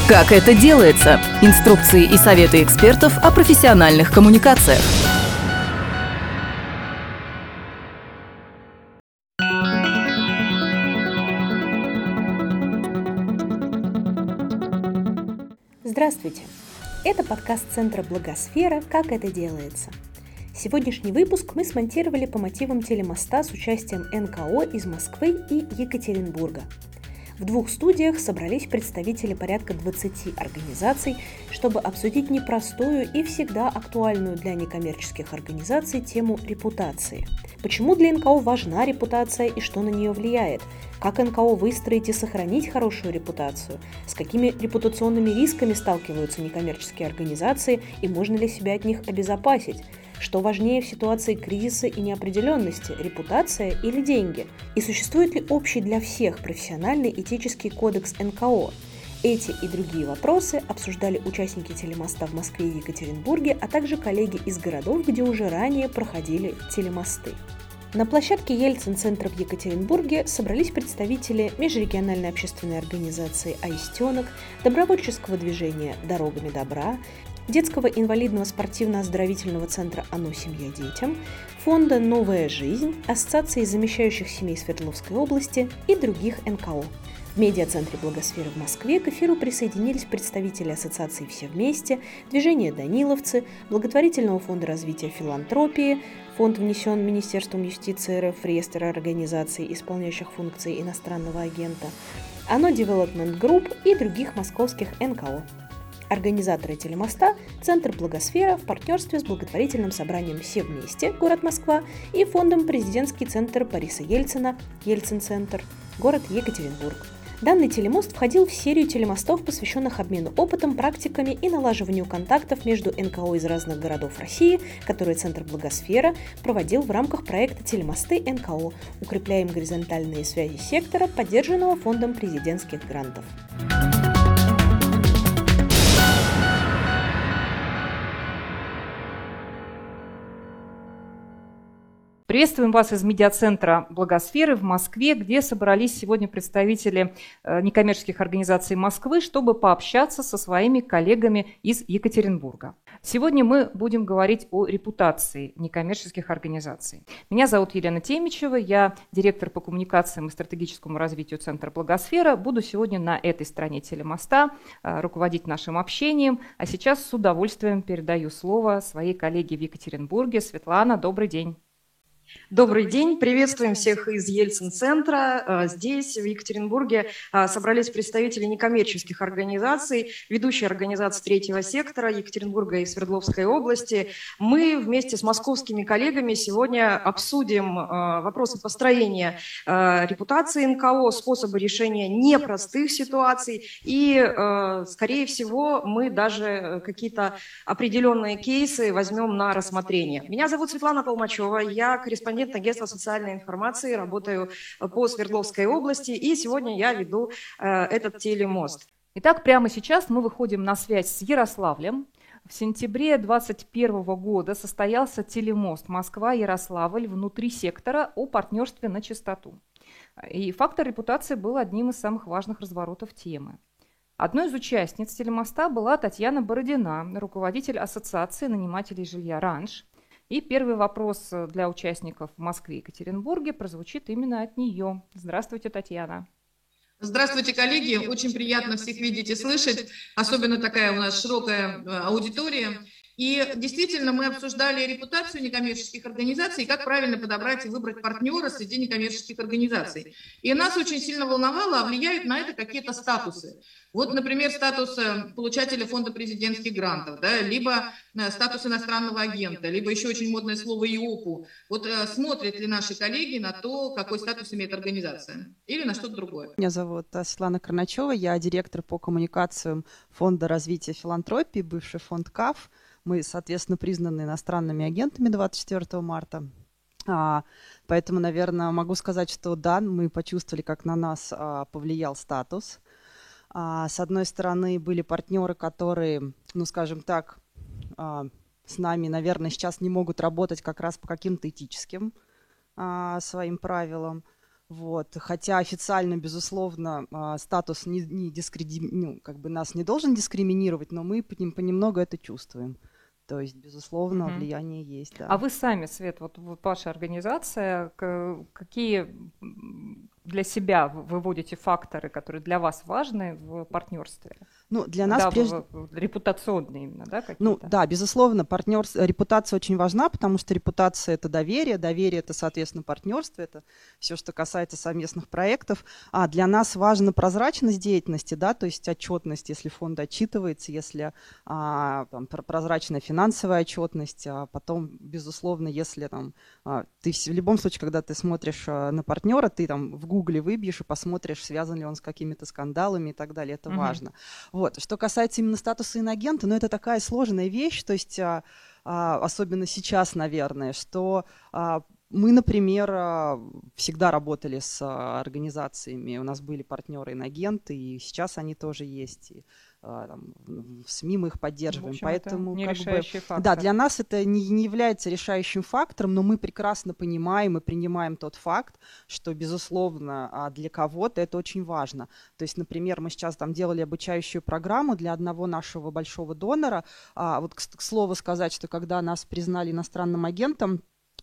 Как это делается? Инструкции и советы экспертов о профессиональных коммуникациях. Здравствуйте! Это подкаст Центра Благосфера «Как это делается?». Сегодняшний выпуск мы смонтировали по мотивам телемоста с участием НКО из Москвы и Екатеринбурга. В двух студиях собрались представители порядка 20 организаций, чтобы обсудить непростую и всегда актуальную для некоммерческих организаций тему репутации. Почему для НКО важна репутация и что на нее влияет? Как НКО выстроить и сохранить хорошую репутацию? С какими репутационными рисками сталкиваются некоммерческие организации и можно ли себя от них обезопасить? Что важнее в ситуации кризиса и неопределенности – репутация или деньги? И существует ли общий для всех профессиональный этический кодекс НКО? Эти и другие вопросы обсуждали участники телемоста в Москве и Екатеринбурге, а также коллеги из городов, где уже ранее проходили телемосты. На площадке Ельцин-центра в Екатеринбурге собрались представители межрегиональной общественной организации «Аистенок», добровольческого движения «Дорогами добра», детского инвалидного спортивно-оздоровительного центра «Оно. Семья детям», фонда «Новая жизнь», Ассоциации замещающих семей Свердловской области и других НКО. В медиа-центре Благосферы в Москве к эфиру присоединились представители ассоциации «Все вместе», движения «Даниловцы», благотворительного фонда развития филантропии, фонд внесен Министерством юстиции РФ в реестр организаций, исполняющих функции иностранного агента, «Оно Девелопмент Групп» и других московских НКО. Организаторы телемоста – Центр Благосфера в партнерстве с благотворительным собранием «Все вместе», город Москва, и фондом «Президентский центр Бориса Ельцина», Ельцин-центр, город Екатеринбург. Данный телемост входил в серию телемостов, посвященных обмену опытом, практиками и налаживанию контактов между НКО из разных городов России, которые Центр Благосфера проводил в рамках проекта «Телемосты НКО. Укрепляем горизонтальные связи сектора», поддержанного Фондом президентских грантов. Приветствуем вас из медиацентра Благосферы в Москве, где собрались сегодня представители некоммерческих организаций Москвы, чтобы пообщаться со своими коллегами из Екатеринбурга. Сегодня мы будем говорить о репутации некоммерческих организаций. Меня зовут Елена Темичева, я директор по коммуникациям и стратегическому развитию Центра Благосфера. Буду сегодня на этой стороне телемоста руководить нашим общением. А сейчас с удовольствием передаю слово своей коллеге в Екатеринбурге. Светлана, добрый день. Добрый день, приветствуем всех из Ельцин-центра. Здесь, в Екатеринбурге, собрались представители некоммерческих организаций, ведущие организации третьего сектора Екатеринбурга и Свердловской области. Мы вместе с московскими коллегами сегодня обсудим вопросы построения репутации НКО, способы решения непростых ситуаций и, скорее всего, мы даже какие-то определенные кейсы возьмем на рассмотрение. Меня зовут Светлана Толмачева, я корреспондент агентства социальной информации, работаю по Свердловской области, и сегодня я веду этот телемост. Итак, прямо сейчас мы выходим на связь с Ярославлем. В сентябре 2021 года состоялся телемост Москва-Ярославль внутри сектора о партнерстве на чистоту. И фактор репутации был одним из самых важных разворотов темы. Одной из участниц телемоста была Татьяна Бородина, руководитель Ассоциации нанимателей жилья «Ранж». И первый вопрос для участников в Москве и Екатеринбурге прозвучит именно от нее. Здравствуйте, Татьяна. Здравствуйте, коллеги. Очень приятно всех видеть и слышать. Особенно такая у нас широкая аудитория. И действительно, мы обсуждали репутацию некоммерческих организаций и как правильно подобрать и выбрать партнера среди некоммерческих организаций. И нас очень сильно волновало, а влияют на это какие-то статусы. Вот, например, статус получателя фонда президентских грантов, да, либо статус иностранного агента, либо еще очень модное слово ИОПУ. Вот смотрят ли наши коллеги на то, какой статус имеет организация, или на что-то другое? Меня зовут Светлана Карначева, я директор по коммуникациям Фонда развития филантропии, бывший фонд КАФ. Мы, соответственно, признаны иностранными агентами 24 марта. Поэтому, наверное, могу сказать, что да, мы почувствовали, как на нас повлиял статус. С одной стороны, были партнеры, которые, скажем так, с нами, наверное, сейчас не могут работать как раз по каким-то этическим своим правилам. Вот. Хотя официально, безусловно, статус как бы нас не должен дискриминировать, но мы понемногу это чувствуем. То есть, безусловно, влияние есть. Да. А вы сами, Свет, вот ваша организация, какие для себя выводите факторы, которые для вас важны в партнерстве? Ну, для нас репутационные именно, да, какие-то? Ну, да, безусловно, репутация очень важна, потому что репутация – это доверие, доверие – это, соответственно, партнерство, это все, что касается совместных проектов. А для нас важна прозрачность деятельности, да, то есть отчетность, если фонд отчитывается, если прозрачная финансовая отчетность, а потом, безусловно, если ты в любом случае, когда ты смотришь на партнера, ты там в Гугле выбьешь и посмотришь, связан ли он с какими-то скандалами и так далее, это важно. Вот. Что касается именно статуса инагента, это такая сложная вещь, то есть особенно сейчас, наверное, что мы, например, всегда работали с организациями, у нас были партнеры-инагенты, и сейчас они тоже есть, и в СМИ мы их поддерживаем. В общем, поэтому это не решающий фактор. Да, для нас это не является решающим фактором, но мы прекрасно понимаем и принимаем тот факт, что, безусловно, для кого-то это очень важно. То есть, например, мы сейчас делали обучающую программу для одного нашего большого донора. Вот, к слову сказать, что когда нас признали иностранным агентом,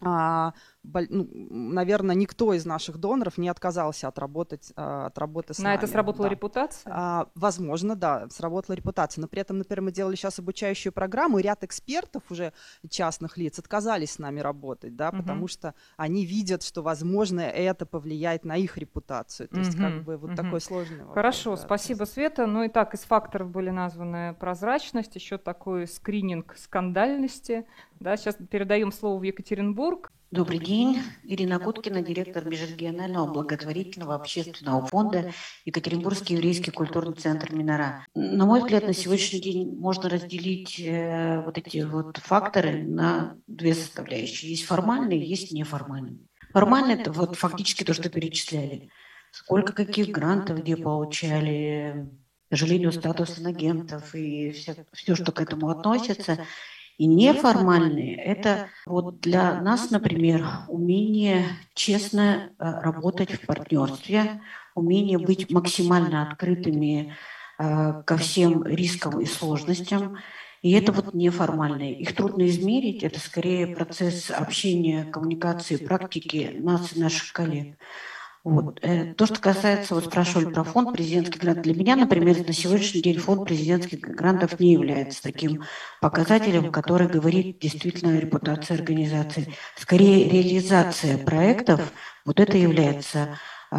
наверное, никто из наших доноров не отказался от работы с нами. На это сработала репутация? Возможно, да, сработала репутация. Но при этом, например, мы делали сейчас обучающую программу, и ряд экспертов, уже частных лиц, отказались с нами работать, да, потому что они видят, что, возможно, это повлияет на их репутацию. То есть, как бы, вот такой сложный вопрос. Хорошо, да, спасибо, Света. Ну и так, из факторов были названы прозрачность, еще такой скрининг скандальности. Да, сейчас передаем слово в Екатеринбург. Добрый день. Ирина Куткина, директор межрегионального благотворительного общественного фонда Екатеринбургский еврейский культурный центр «Минора». На мой взгляд, на сегодняшний день можно разделить вот эти вот факторы на две составляющие. Есть формальные, есть неформальные. Формальные – это вот фактически то, что перечисляли. Сколько каких грантов где получали, к сожалению, статус инагентов и все, что к этому относится. И неформальные – это вот для нас, например, умение честно работать в партнерстве, умение быть максимально открытыми ко всем рискам и сложностям. И это вот неформальные. Их трудно измерить, это скорее процесс общения, коммуникации, практики нас и наших коллег. Вот. То, что касается, вот спрашивали про фонд президентских грантов. Для меня, например, на сегодняшний день фонд президентских грантов не является таким показателем, который говорит действительно о репутации организации. Скорее, реализация проектов, вот это является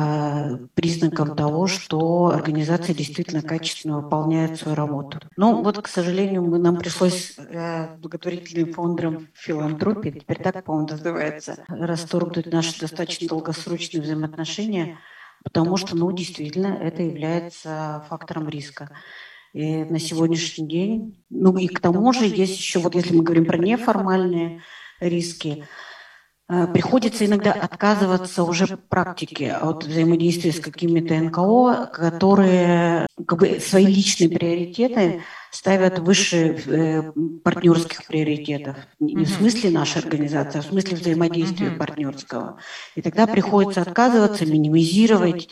признаком того, что организация действительно качественно выполняет свою работу. Но вот, к сожалению, нам пришлось благотворительным фондом филантропии, теперь так, по-моему, называется, расторгнуть наши достаточно долгосрочные взаимоотношения, потому что, действительно, это является фактором риска. И на сегодняшний день, и к тому же есть еще, вот если мы говорим про неформальные риски, приходится иногда отказываться уже в практике от взаимодействия с какими-то НКО, которые свои личные приоритеты ставят выше партнерских приоритетов. Не в смысле нашей организации, а в смысле взаимодействия партнерского. И тогда приходится отказываться, минимизировать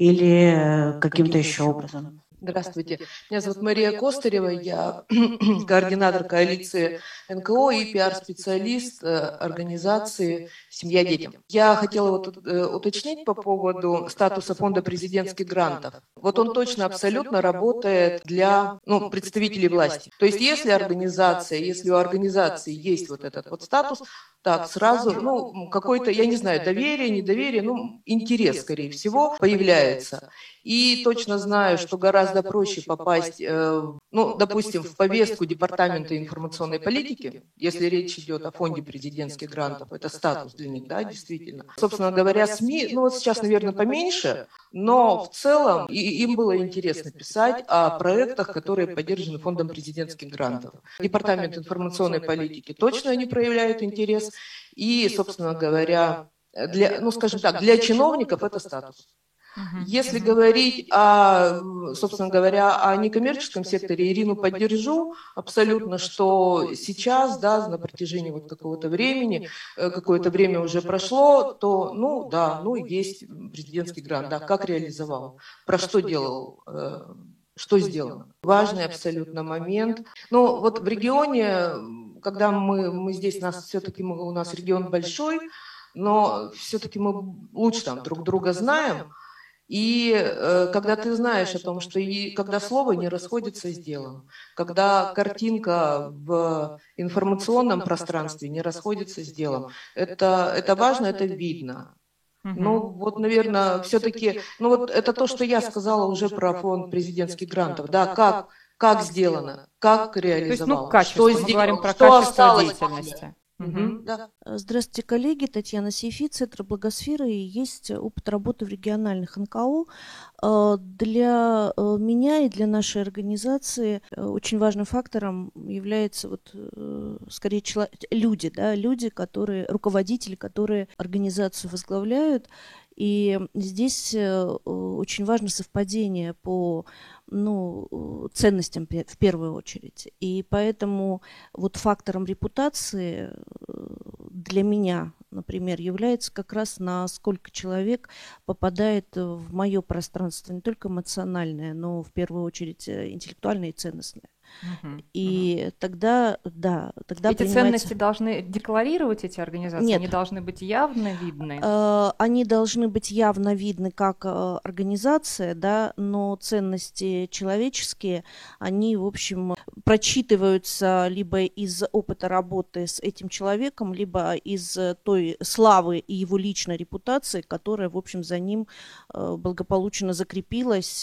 или каким-то еще образом. Здравствуйте. Меня зовут Мария Костырева, я координатор коалиции НКО и пиар-специалист организации «Семья детям». Я хотела уточнить по поводу статуса фонда президентских грантов. Вот он точно абсолютно работает для представителей власти. То есть если у организации есть вот этот вот статус, так сразу, какой-то, я не знаю, доверие, недоверие, интерес, скорее всего, появляется. И точно знаю, что гораздо проще попасть, допустим, в повестку Департамента информационной политики, если речь идет о фонде президентских грантов, это статус для них, да, действительно. Собственно говоря, СМИ, сейчас, наверное, поменьше, но в целом им было интересно писать о проектах, которые поддержаны фондом президентских грантов. Департамент информационной политики точно не проявляет интерес, и, собственно говоря, для чиновников это статус. Если говорить собственно говоря, о некоммерческом секторе, Ирину поддержу абсолютно, что сейчас, да, на протяжении вот какого-то времени, какое-то время уже прошло, то, есть президентский грант, да, как реализовал, про что делал, что сделано. Важный абсолютно момент. Но вот в регионе, когда мы здесь, у нас регион большой, но все-таки мы лучше там друг друга знаем. И когда ты знаешь о том, что когда слово не расходится с делом, когда картинка в информационном пространстве не расходится с делом, это важно, это видно. Наверное, все-таки, это то, что я сказала уже про фонд президентских грантов, да, как сделано, как реализовал, то есть, что мы сделал, говорим про что качество осталось. деятельности. Да. Здравствуйте, коллеги. Татьяна Сейфи, Центр Благосферы. И есть опыт работы в региональных НКО. Для меня и для нашей организации очень важным фактором является скорее люди, которые, руководители, которые организацию возглавляют. И здесь очень важно совпадение по ценностям в первую очередь. И поэтому фактором репутации для меня, например, является как раз насколько человек попадает в мое пространство, не только эмоциональное, но в первую очередь интеллектуальное и ценностное. И тогда эти ценности должны декларировать эти организации? Нет. Они должны быть явно видны? Они должны быть явно видны как организация, да, но ценности человеческие, они, в общем, прочитываются либо из опыта работы с этим человеком, либо из той славы и его личной репутации, которая, в общем, за ним благополучно закрепилась.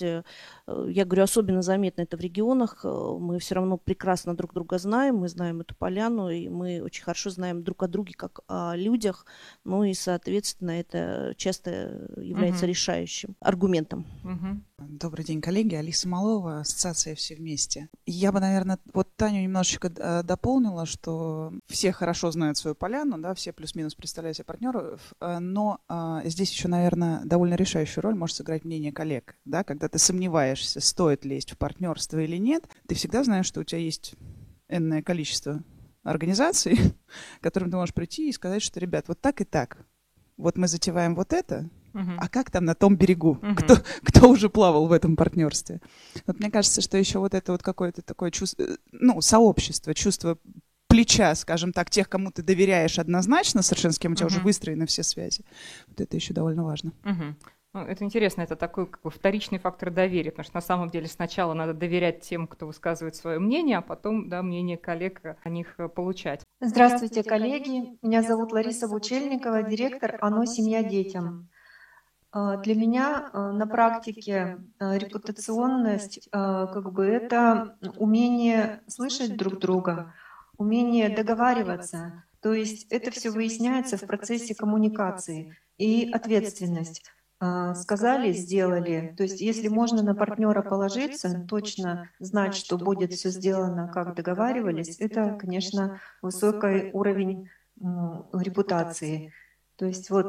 Я говорю, особенно заметно это в регионах. Мы все равно прекрасно друг друга знаем, мы знаем эту поляну, и мы очень хорошо знаем друг о друге как о людях. И, соответственно, это часто является решающим аргументом. Добрый день, коллеги. Алиса Малова, ассоциация «Все вместе». Я бы, наверное, Таню немножечко дополнила, что все хорошо знают свою поляну, да, все плюс-минус представляют себе партнеров, но здесь еще, наверное, довольно решающую роль может сыграть мнение коллег, да, когда ты сомневаешься, стоит лезть в партнерство или нет, ты всегда знаешь, что у тебя есть энное количество организаций, к которым ты можешь прийти и сказать, что, ребят, вот так и так, вот мы затеваем вот это, а как там на том берегу? Кто уже плавал в этом партнерстве? Мне кажется, что еще это какое-то такое чувство, сообщество, чувство плеча, скажем так, тех, кому ты доверяешь однозначно, совершенно с кем у тебя уже выстроены все связи. Это еще довольно важно. Это интересно, это такой вторичный фактор доверия, потому что на самом деле сначала надо доверять тем, кто высказывает свое мнение, а потом, мнение коллег о них получать. Здравствуйте, коллеги. Меня зовут Лариса Бучельникова, директор ОНО «Семья детям». Для меня на практике репутационность это умение слышать друг друга, умение договариваться. То есть это все выясняется в процессе коммуникации. И ответственность. Сказали, сделали. То есть если можно на партнера положиться, точно знать, что будет все сделано, как договаривались, это, конечно, высокий уровень репутации. То есть то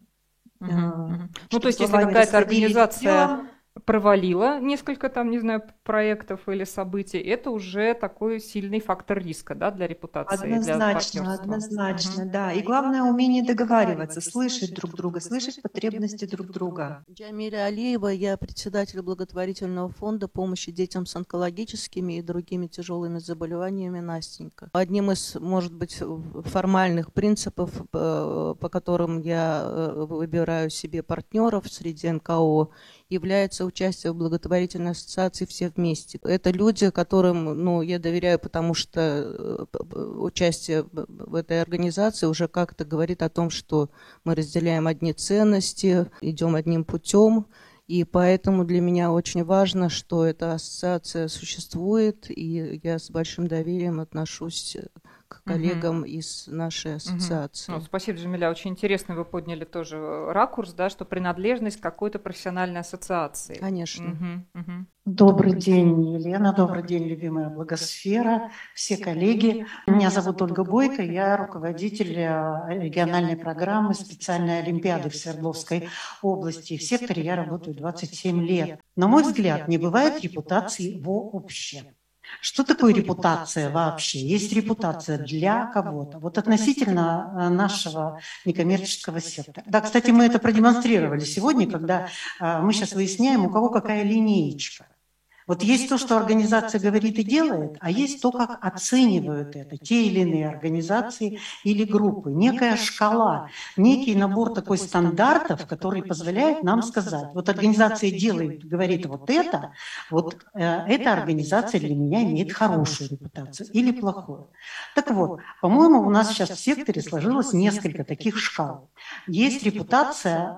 есть если какая-то организация провалила несколько проектов или событий, это уже такой сильный фактор риска, да, для репутации, Однозначно, да. И главное умение договариваться, слышать друг друга, слышать потребности друг друга. Джамиля Алиева, я председатель благотворительного фонда помощи детям с онкологическими и другими тяжелыми заболеваниями «Настенька». Одним из, может быть, формальных принципов, по которым я выбираю себе партнеров среди НКО, является участие в благотворительной ассоциации «Все вместе». Это люди, которым я доверяю, потому что участие в этой организации уже как-то говорит о том, что мы разделяем одни ценности, идем одним путем. И поэтому для меня очень важно, что эта ассоциация существует, и я с большим доверием отношусь к коллегам из нашей ассоциации. Ну, спасибо, Джамиля. Очень интересно вы подняли тоже ракурс, да, что принадлежность к какой-то профессиональной ассоциации. Конечно. Добрый день, Елена. Добрый день, любимая Благосфера, все коллеги. Меня зовут Ольга Бойко, я руководитель региональной программы специальной олимпиады в Свердловской области. В секторе я работаю 27 лет. На мой взгляд, не бывает репутации вообще. Что такое репутация вообще? Есть репутация для кого-то. Вот относительно нашего некоммерческого сектора. Да, кстати, мы это продемонстрировали сегодня, когда мы сейчас выясняем, у кого какая линеечка. Вот есть то, что организация говорит и делает, а есть то, как оценивают это те или иные организации или группы. Некая шкала, некий набор такой стандартов, который позволяет нам сказать, вот организация делает, говорит вот эта организация для меня имеет хорошую репутацию или плохую. Так вот, по-моему, у нас сейчас в секторе сложилось несколько таких шкал. Есть репутация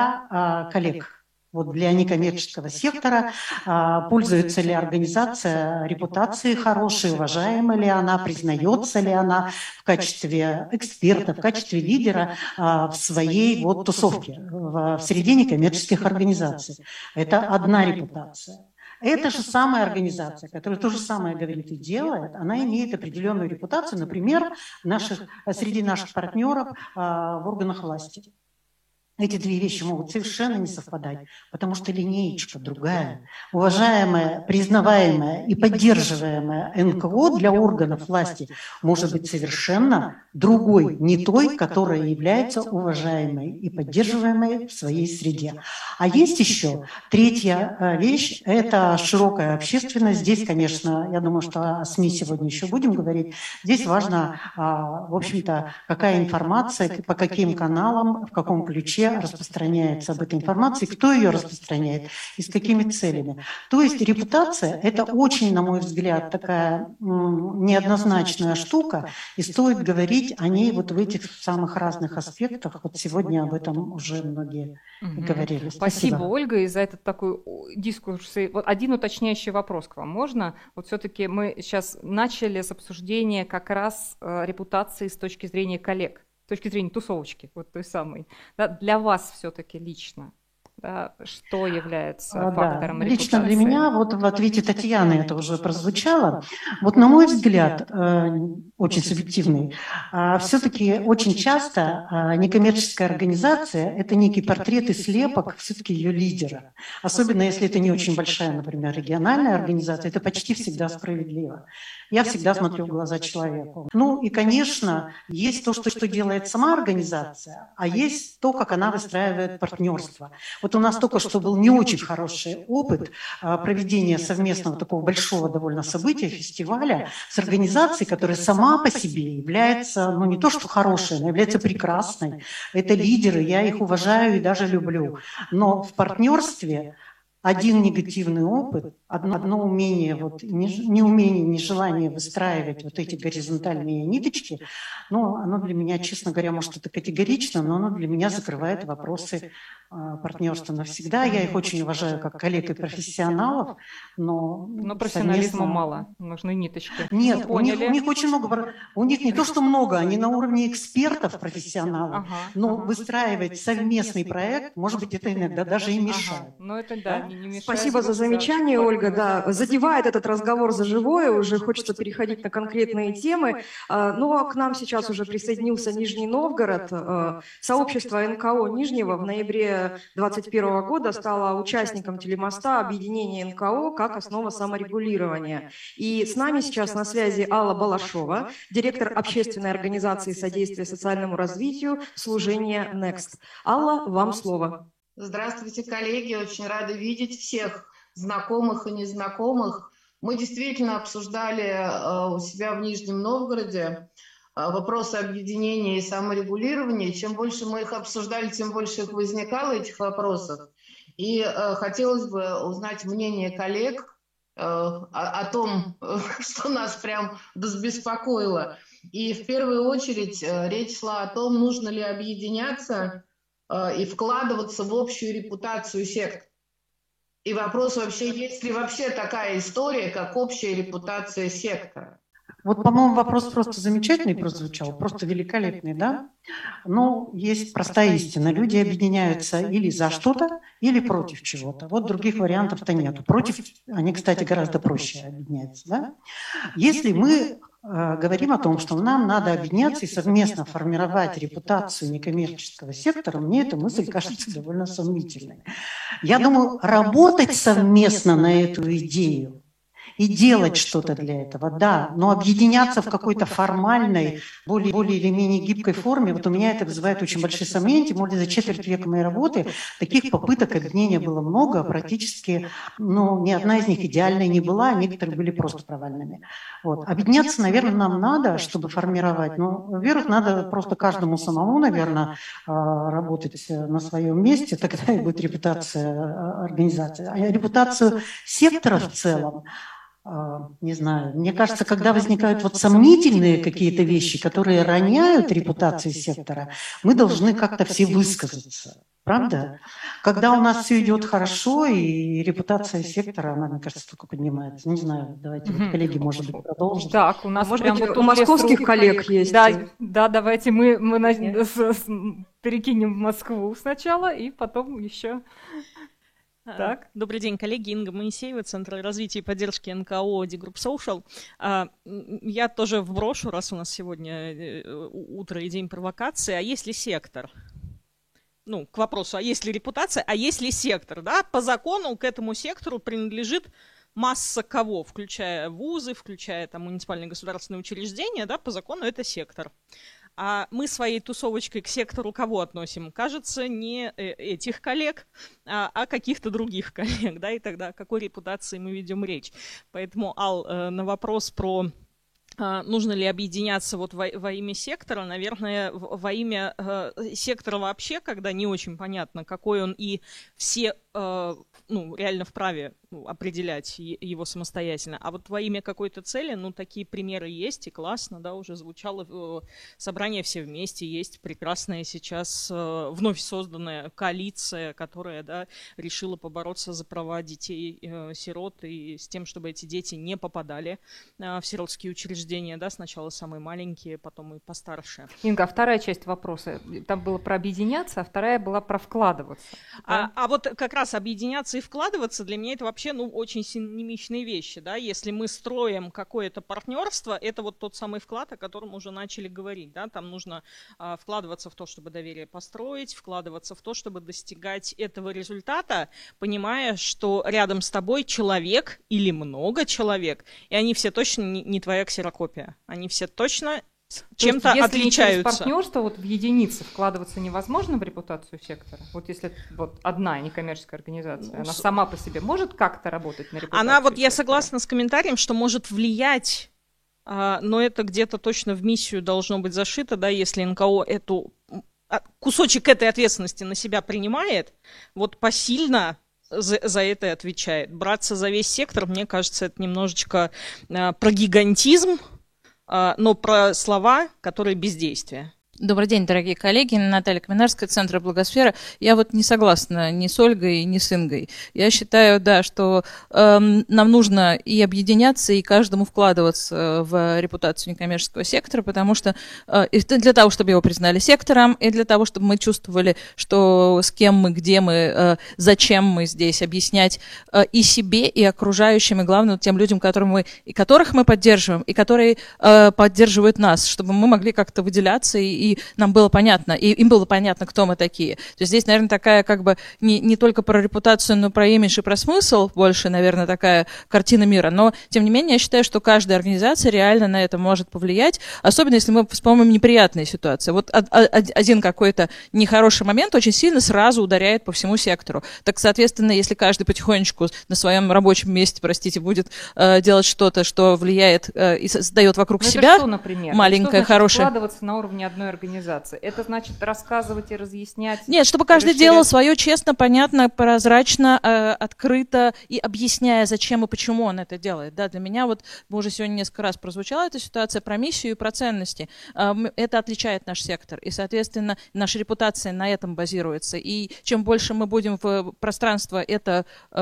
для коллег. Вот для некоммерческого сектора, пользуется ли организация репутацией хорошей, уважаема ли она, признается ли она в качестве эксперта, в качестве лидера в своей вот тусовке, в среде некоммерческих организаций. Это одна репутация. Эта же самая организация, которая то же самое говорит и делает, она имеет определенную репутацию, например, среди наших партнеров в органах власти. Эти две вещи могут совершенно не совпадать, потому что линеечка другая. Уважаемая, признаваемая и поддерживаемая НКО для органов власти может быть совершенно другой, не той, которая является уважаемой и поддерживаемой в своей среде. А есть еще третья вещь – это широкая общественность. Здесь, конечно, я думаю, что о СМИ сегодня еще будем говорить. Здесь важно, в общем-то, какая информация, по каким каналам, в каком ключе распространяется об этой информации, кто ее распространяет и с какими целями. То есть репутация – это очень, на мой взгляд, такая неоднозначная штука, и стоит говорить о ней вот в этих самых разных аспектах. Вот сегодня об этом уже многие говорили. Спасибо, Ольга, и за этот такой дискурс. Вот один уточняющий вопрос к вам можно? Вот все-таки мы сейчас начали с обсуждения как раз репутации с точки зрения коллег. С точки зрения тусовочки, вот той самой. Да, для вас все-таки лично, да, что является фактором репутации? Лично для меня, вот в ответе Татьяны это уже прозвучало, вот на мой взгляд, очень субъективный, все-таки очень часто некоммерческая организация – это некий портрет и слепок все-таки ее лидера. Особенно если это не очень большая, например, региональная организация, это почти всегда справедливо. Я всегда смотрю в глаза человеку. Ну и, конечно, есть то, что делает сама организация, а есть то, как она выстраивает партнерство. Вот у нас только что был не очень хороший опыт проведения совместного такого большого довольно события, фестиваля с организацией, которая сама по себе является, ну не то что хорошей, но является прекрасной. Это лидеры, я их уважаю и даже люблю. Но в партнерстве один негативный опыт, одно умение, вот, неумение, нежелание выстраивать вот эти горизонтальные ниточки, ну, оно для меня, честно говоря, может, это категорично, но оно для меня закрывает вопросы партнерства навсегда. Я их очень уважаю как коллег и профессионалов, но профессионализма мало, нужны ниточки. Нет, у них очень много, у них не то, что много, они на уровне экспертов, профессионалов, но выстраивать совместный проект, может быть, это иногда даже и мешает. Но это да, не мешает. Спасибо за замечание, Ольга. Да, задевает этот разговор за живое, уже хочется переходить на конкретные темы. Ну а к нам сейчас уже присоединился Нижний Новгород. Сообщество НКО Нижнего в ноябре 2021 года стало участником телемоста объединения НКО как основа саморегулирования. И с нами сейчас на связи Алла Балашова, директор общественной организации содействия социальному развитию «Служение Next». Алла, вам слово. Здравствуйте, коллеги. Очень рада видеть всех знакомых и незнакомых. Мы действительно обсуждали у себя в Нижнем Новгороде вопросы объединения и саморегулирования. Чем больше мы их обсуждали, тем больше их возникало, этих вопросов. И хотелось бы узнать мнение коллег о том, что нас прям беспокоило. И в первую очередь речь шла о том, нужно ли объединяться и вкладываться в общую репутацию сектора. И вопрос вообще, есть ли вообще такая история, как общая репутация сектора? Вот, по-моему, вопрос просто замечательный прозвучал, просто великолепный, да? Но есть простая истина. Люди объединяются или за что-то, или против чего-то. Вот других вариантов-то нету. Против, они, кстати, гораздо проще объединяются, да? Если мы говорим о том, что нам надо объединяться и совместно формировать репутацию некоммерческого сектора, мне эта мысль кажется довольно сомнительной. Я думаю, работать совместно на эту идею и делать что-то для этого, да, но объединяться в какой-то формальной, более или менее гибкой форме, вот у меня это вызывает очень большие сомнения, тем более за четверть века моей работы таких попыток объединения было много, практически, ни одна из них идеальной не была, а некоторые были просто провальными. Вот. Объединяться, наверное, нам надо, чтобы формировать, но, во-первых, надо просто каждому самому, наверное, работать на своем месте, тогда и будет репутация организации. А репутацию сектора в целом, не знаю, мне кажется, когда возникают вот сомнительные какие-то вещи, которые роняют репутацию сектора, мы должны как-то все высказаться. Правда? Когда у нас все идет хорошо, и репутация сектора, она, мне кажется, только поднимается. Не знаю, давайте, коллеги, может быть, продолжим. Так, у нас может быть, у московских коллег есть. Да, давайте мы перекинем в Москву сначала, и потом еще... Так. Добрый день, коллеги. Инга Моисеева, Центр развития и поддержки НКО D-Group Social. Я тоже вброшу, раз у нас сегодня утро и день провокации. А есть ли сектор? К вопросу, а есть ли репутация, а есть ли сектор? Да? По закону к этому сектору принадлежит масса кого, включая вузы, включая муниципальные государственные учреждения. Да? По закону это сектор. А мы своей тусовочкой к сектору кого относим? Кажется, не этих коллег, а каких-то других коллег, да, и тогда о какой репутации мы ведем речь. Поэтому, Ал, на вопрос про нужно ли объединяться вот во имя сектора, наверное, во имя сектора вообще, когда не очень понятно, какой он, и все реально вправе определять его самостоятельно. А вот во имя какой-то цели, такие примеры есть, и классно, да, уже звучало собрание «Все вместе», есть прекрасная сейчас вновь созданная коалиция, которая, да, решила побороться за права детей-сирот и с тем, чтобы эти дети не попадали в сиротские учреждения, да, сначала самые маленькие, потом и постарше. Инга, вторая часть вопроса, там было про объединяться, а вторая была про вкладываться. Да? А вот как раз объединяться и вкладываться для меня это вообще очень синонимичные вещи, да, если мы строим какое-то партнерство, это вот тот самый вклад, о котором уже начали говорить, да, там нужно вкладываться в то, чтобы доверие построить, вкладываться в то, чтобы достигать этого результата, понимая, что рядом с тобой человек или много человек, и они все точно не твоя ксерокопия, они все точно чем-то отличаются. Если через партнерство в единицы вкладываться невозможно в репутацию сектора? Вот если одна некоммерческая организация, она сама по себе может как-то работать на репутацию Она сектора? Я согласна с комментарием, что может влиять, но это где-то точно в миссию должно быть зашито, да, если НКО кусочек этой ответственности на себя принимает, посильно за это отвечает. Браться за весь сектор, мне кажется, это немножечко про гигантизм, но про слова, которые бездействия. Добрый день, дорогие коллеги. Наталья Каменарская, Центр Благосфера. Я не согласна ни с Ольгой, ни с Ингой. Я считаю, да, что нам нужно и объединяться, и каждому вкладываться в репутацию некоммерческого сектора, потому что для того, чтобы его признали сектором, и для того, чтобы мы чувствовали, что с кем мы, где мы, зачем мы здесь, объяснять и себе, и окружающим, и главное, тем людям, которых мы поддерживаем, и которые поддерживают нас, чтобы мы могли как-то выделяться и нам было понятно, и им было понятно, кто мы такие. То есть здесь, наверное, такая не только про репутацию, но про имидж и про смысл, больше, наверное, такая картина мира. Но, тем не менее, я считаю, что каждая организация реально на это может повлиять, особенно если мы вспомним неприятные ситуации. Один какой-то нехороший момент очень сильно сразу ударяет по всему сектору. Так, соответственно, если каждый потихонечку на своем рабочем месте, будет делать что-то, что влияет и создает вокруг себя что, например? маленькое, что значит хорошее... вкладываться на уровне одной организации? организации. Это значит рассказывать и разъяснять? Нет, чтобы каждый делал свое честно, понятно, прозрачно, открыто и объясняя, зачем и почему он это делает. Да, для меня вот, уже сегодня несколько раз прозвучала эта ситуация про миссию и про ценности. Это отличает наш сектор, и, соответственно, наша репутация на этом базируется. И чем больше мы будем в пространство это,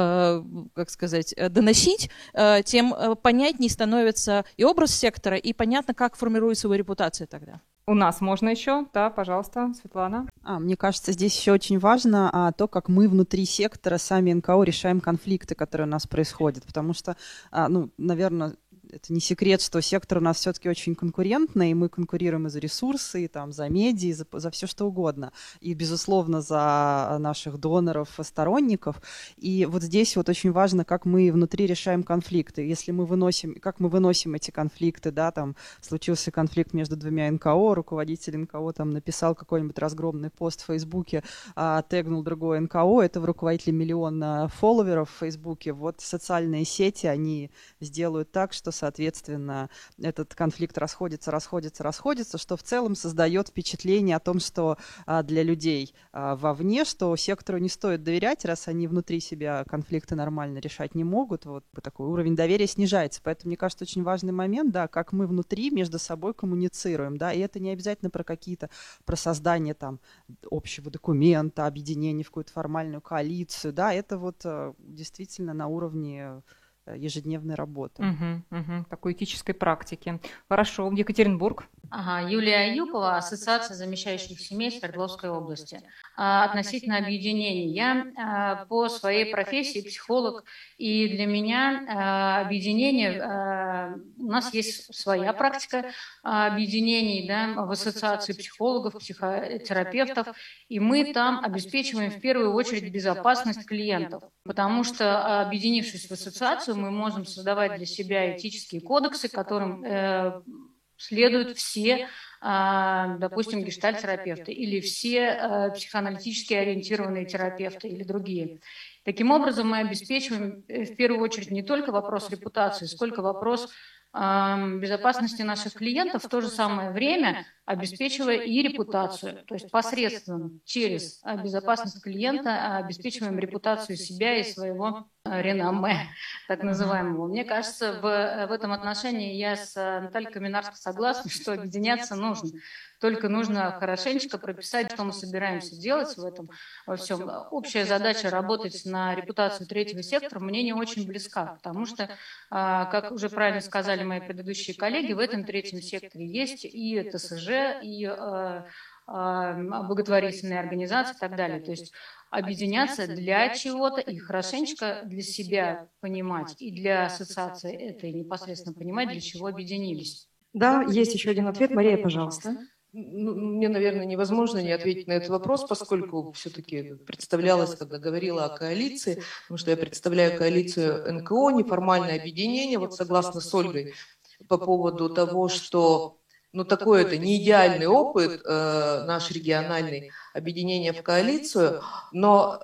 как сказать, доносить, тем понятнее становится и образ сектора, и понятно, как формируется его репутация тогда. У нас можно еще? Да, пожалуйста, Светлана. Мне кажется, здесь еще очень важно то, как мы внутри сектора, сами НКО, решаем конфликты, которые у нас происходят. Потому что, наверное, это не секрет, что сектор у нас все-таки очень конкурентный, и мы конкурируем и за ресурсы, и там, за медиа, и за все что угодно. И, безусловно, за наших доноров, сторонников. И вот здесь вот очень важно, как мы внутри решаем конфликты. Если мы выносим, как мы выносим эти конфликты, да, там случился конфликт между двумя НКО, руководитель НКО там написал какой-нибудь разгромный пост в Фейсбуке, тегнул другое НКО, этого руководителя 1 миллион фолловеров в Фейсбуке. Вот социальные сети, они сделают так, что, соответственно, этот конфликт расходится, что в целом создает впечатление о том, что для людей вовне, что сектору не стоит доверять, раз они внутри себя конфликты нормально решать не могут, вот такой уровень доверия снижается. Поэтому, мне кажется, очень важный момент, да, как мы внутри между собой коммуницируем, да, и это не обязательно про создание там общего документа, объединение в какую-то формальную коалицию, да, это вот действительно на уровне ежедневной работы. Такой этической практики. Хорошо, Екатеринбург. Юлия Аюпова, Ассоциация замещающих семей Свердловской области. Относительно объединений. Я по своей профессии психолог, и для меня объединение, у нас есть своя практика объединений, да, в Ассоциации психологов, психотерапевтов, и мы там обеспечиваем в первую очередь безопасность клиентов, потому что, объединившись в ассоциацию, мы можем создавать для себя этические кодексы, которым следуют все, допустим, гештальт-терапевты или все психоаналитически ориентированные терапевты или другие. Таким образом, мы обеспечиваем в первую очередь не только вопрос репутации, сколько вопрос безопасности наших клиентов, в то же самое время обеспечивая и репутацию. То есть посредственно, через безопасность клиента обеспечиваем репутацию себя и своего реноме, так называемого. Мне кажется, в этом отношении я с Натальей Каменарской согласна, что объединяться нужно. Только нужно хорошенечко прописать, что мы собираемся делать в этом во всем. Общая задача работать на репутацию третьего сектора мне не очень близка, потому что, как уже правильно сказали мои предыдущие коллеги, в этом третьем секторе есть и ТСЖ, и благотворительные организации и так далее. То есть объединяться для чего-то и хорошенечко для себя понимать, и для ассоциации это непосредственно понимать, для чего объединились. Да, есть еще один ответ. Мария, пожалуйста. Мне, наверное, невозможно не ответить на этот вопрос, поскольку все-таки представлялась, когда говорила о коалиции, потому что я представляю коалицию НКО, неформальное объединение, вот согласно с Ольгой, по поводу того, что такой это не идеальный опыт, наш региональный, объединение в коалицию, но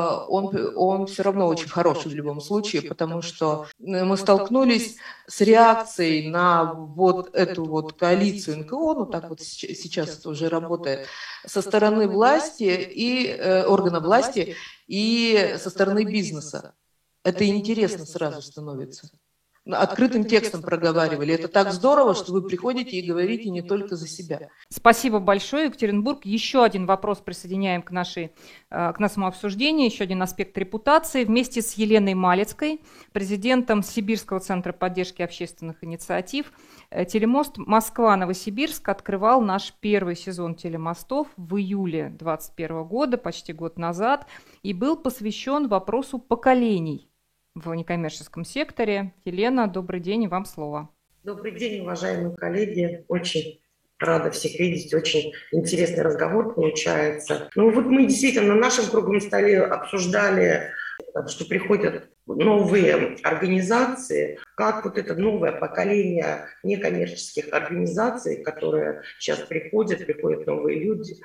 он все равно очень хороший в любом случае, потому что мы столкнулись с реакцией на вот эту вот коалицию НКО, так вот сейчас это уже работает, со стороны власти и органа власти и со стороны бизнеса. Это интересно сразу становится. Открытым текстом проговаривали. Это так здорово, что вы приходите и говорите не только за себя. Спасибо большое, Екатеринбург. Еще один вопрос присоединяем к нашему обсуждению, еще один аспект репутации. Вместе с Еленой Малецкой, президентом Сибирского центра поддержки общественных инициатив, телемост Москва-Новосибирск открывал наш первый сезон телемостов в июле 2021 года, почти год назад, и был посвящен вопросу поколений в некоммерческом секторе. Елена, добрый день, и вам слово. Добрый день, уважаемые коллеги. Очень рада всех видеть, очень интересный разговор получается. Вот мы действительно на нашем круглом столе обсуждали, что приходят новые организации, как вот это новое поколение некоммерческих организаций, которые сейчас приходят новые люди,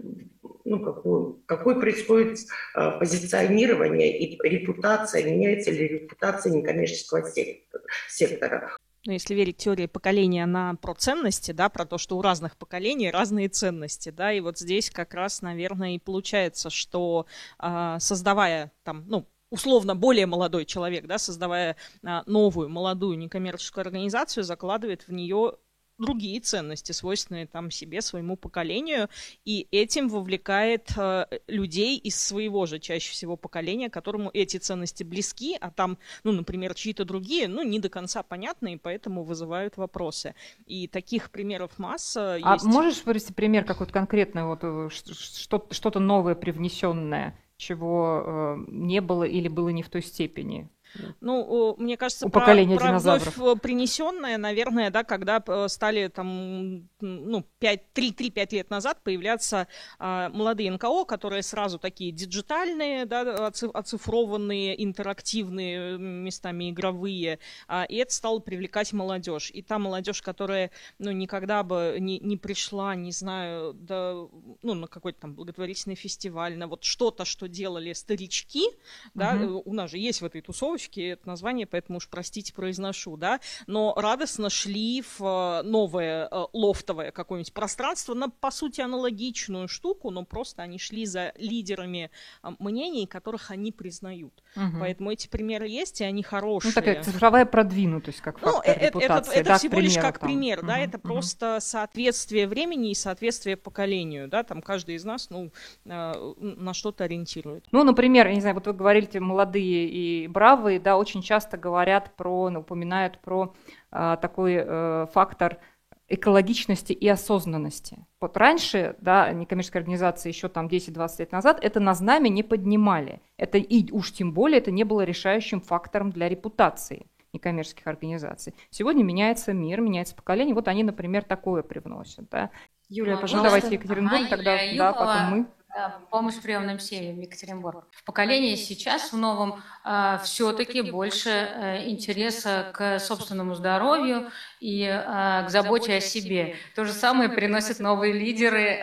какое происходит позиционирование и репутация, меняется ли репутация некоммерческого сектора. Ну, если верить теории поколения, она про ценности, да, про то, что у разных поколений разные ценности, да, и вот здесь как раз, наверное, и получается, что создавая там, ну, условно более молодой человек, да, создавая новую молодую некоммерческую организацию, закладывает в нее другие ценности, свойственные там себе, своему поколению, и этим вовлекает людей из своего же чаще всего поколения, которому эти ценности близки, а там, ну, например, чьи-то другие, ну, не до конца понятны, и поэтому вызывают вопросы. И таких примеров масса есть. А можешь привести пример какой-то конкретный, вот что-то новое привнесенное, чего не было или было не в той степени? Ну, мне кажется, у поколения про динозавров вновь принесенное, наверное, да, когда стали там, ну, 3-5 лет назад появляться молодые НКО, которые сразу такие диджитальные, да, оцифрованные, интерактивные, местами игровые, и это стало привлекать молодежь. И та молодежь, которая, ну, никогда бы не пришла, не знаю, да, ну, на какой-то там благотворительный фестиваль, на вот что-то, что делали старички, да, у нас же есть в этой тусовочке это название, поэтому уж, простите, произношу, да, но радостно шли в новое лофтовое какое-нибудь пространство на, по сути, аналогичную штуку, но просто они шли за лидерами мнений, которых они признают. Поэтому эти примеры есть, и они хорошие. Ну, такая цифровая продвинутость, как фактор репутации. Это всего лишь как пример, да, это просто соответствие времени и соответствие поколению, да, там каждый из нас, ну, на что-то ориентирует. Ну, например, я не знаю, вот вы говорите, молодые и бравые, да, очень часто говорят про, упоминают про такой фактор экологичности и осознанности. Вот раньше, да, некоммерческие организации еще там 10-20 лет назад это на знамя не поднимали. Это и уж тем более это не было решающим фактором для репутации некоммерческих организаций. Сегодня меняется мир, меняется поколение. Вот они, например, такое привносят. Да. Юлия, пожалуйста. Ну, давайте Екатеринбург, тогда Юлия да, Юпова, потом мы. Помощь в приемном семьям Екатеринбург. В поколении сейчас, в новом, все-таки больше интереса к собственному здоровью и к заботе о себе. То же самое приносят новые лидеры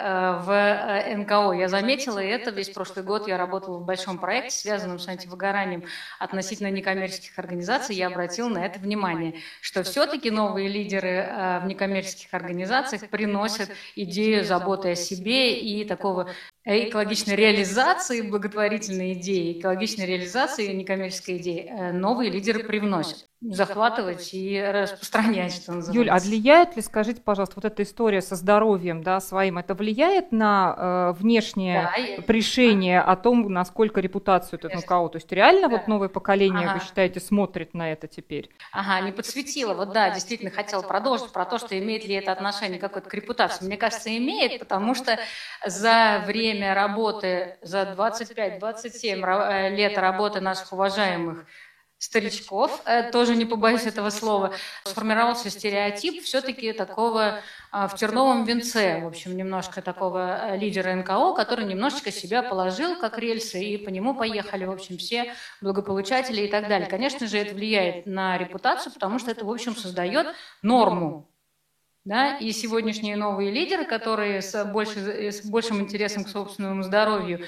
в НКО. Я заметила это весь прошлый год. Я работала в большом проекте, связанном с антивыгоранием относительно некоммерческих организаций. Я обратила на это внимание, что все-таки новые лидеры в некоммерческих организациях приносят идею заботы о себе и такого экологичной реализации благотворительной идеи, экологичной реализации некоммерческой идеи новые лидеры привносят. Захватывать и распространять, что называется. Юль, а влияет ли, скажите, пожалуйста, вот эта история со здоровьем, да, своим, это влияет на внешнее решение о том, насколько репутацию этот НКО? То есть реально вот новое поколение, вы считаете, смотрит на это теперь? Не подсветила. Вот да, действительно хотела продолжить про то, что имеет ли это отношение какое-то к репутации. Мне кажется, имеет, потому что за время работы, за 25-27 лет работы наших уважаемых старичков, тоже не побоюсь этого слова, сформировался стереотип все-таки такого в терновом венце, в общем, немножко такого лидера НКО, который немножечко себя положил как рельсы, и по нему поехали, в общем, все благополучатели и так далее. Конечно же, это влияет на репутацию, потому что это, в общем, создает норму. Да? И сегодняшние новые лидеры, которые с большим интересом к собственному здоровью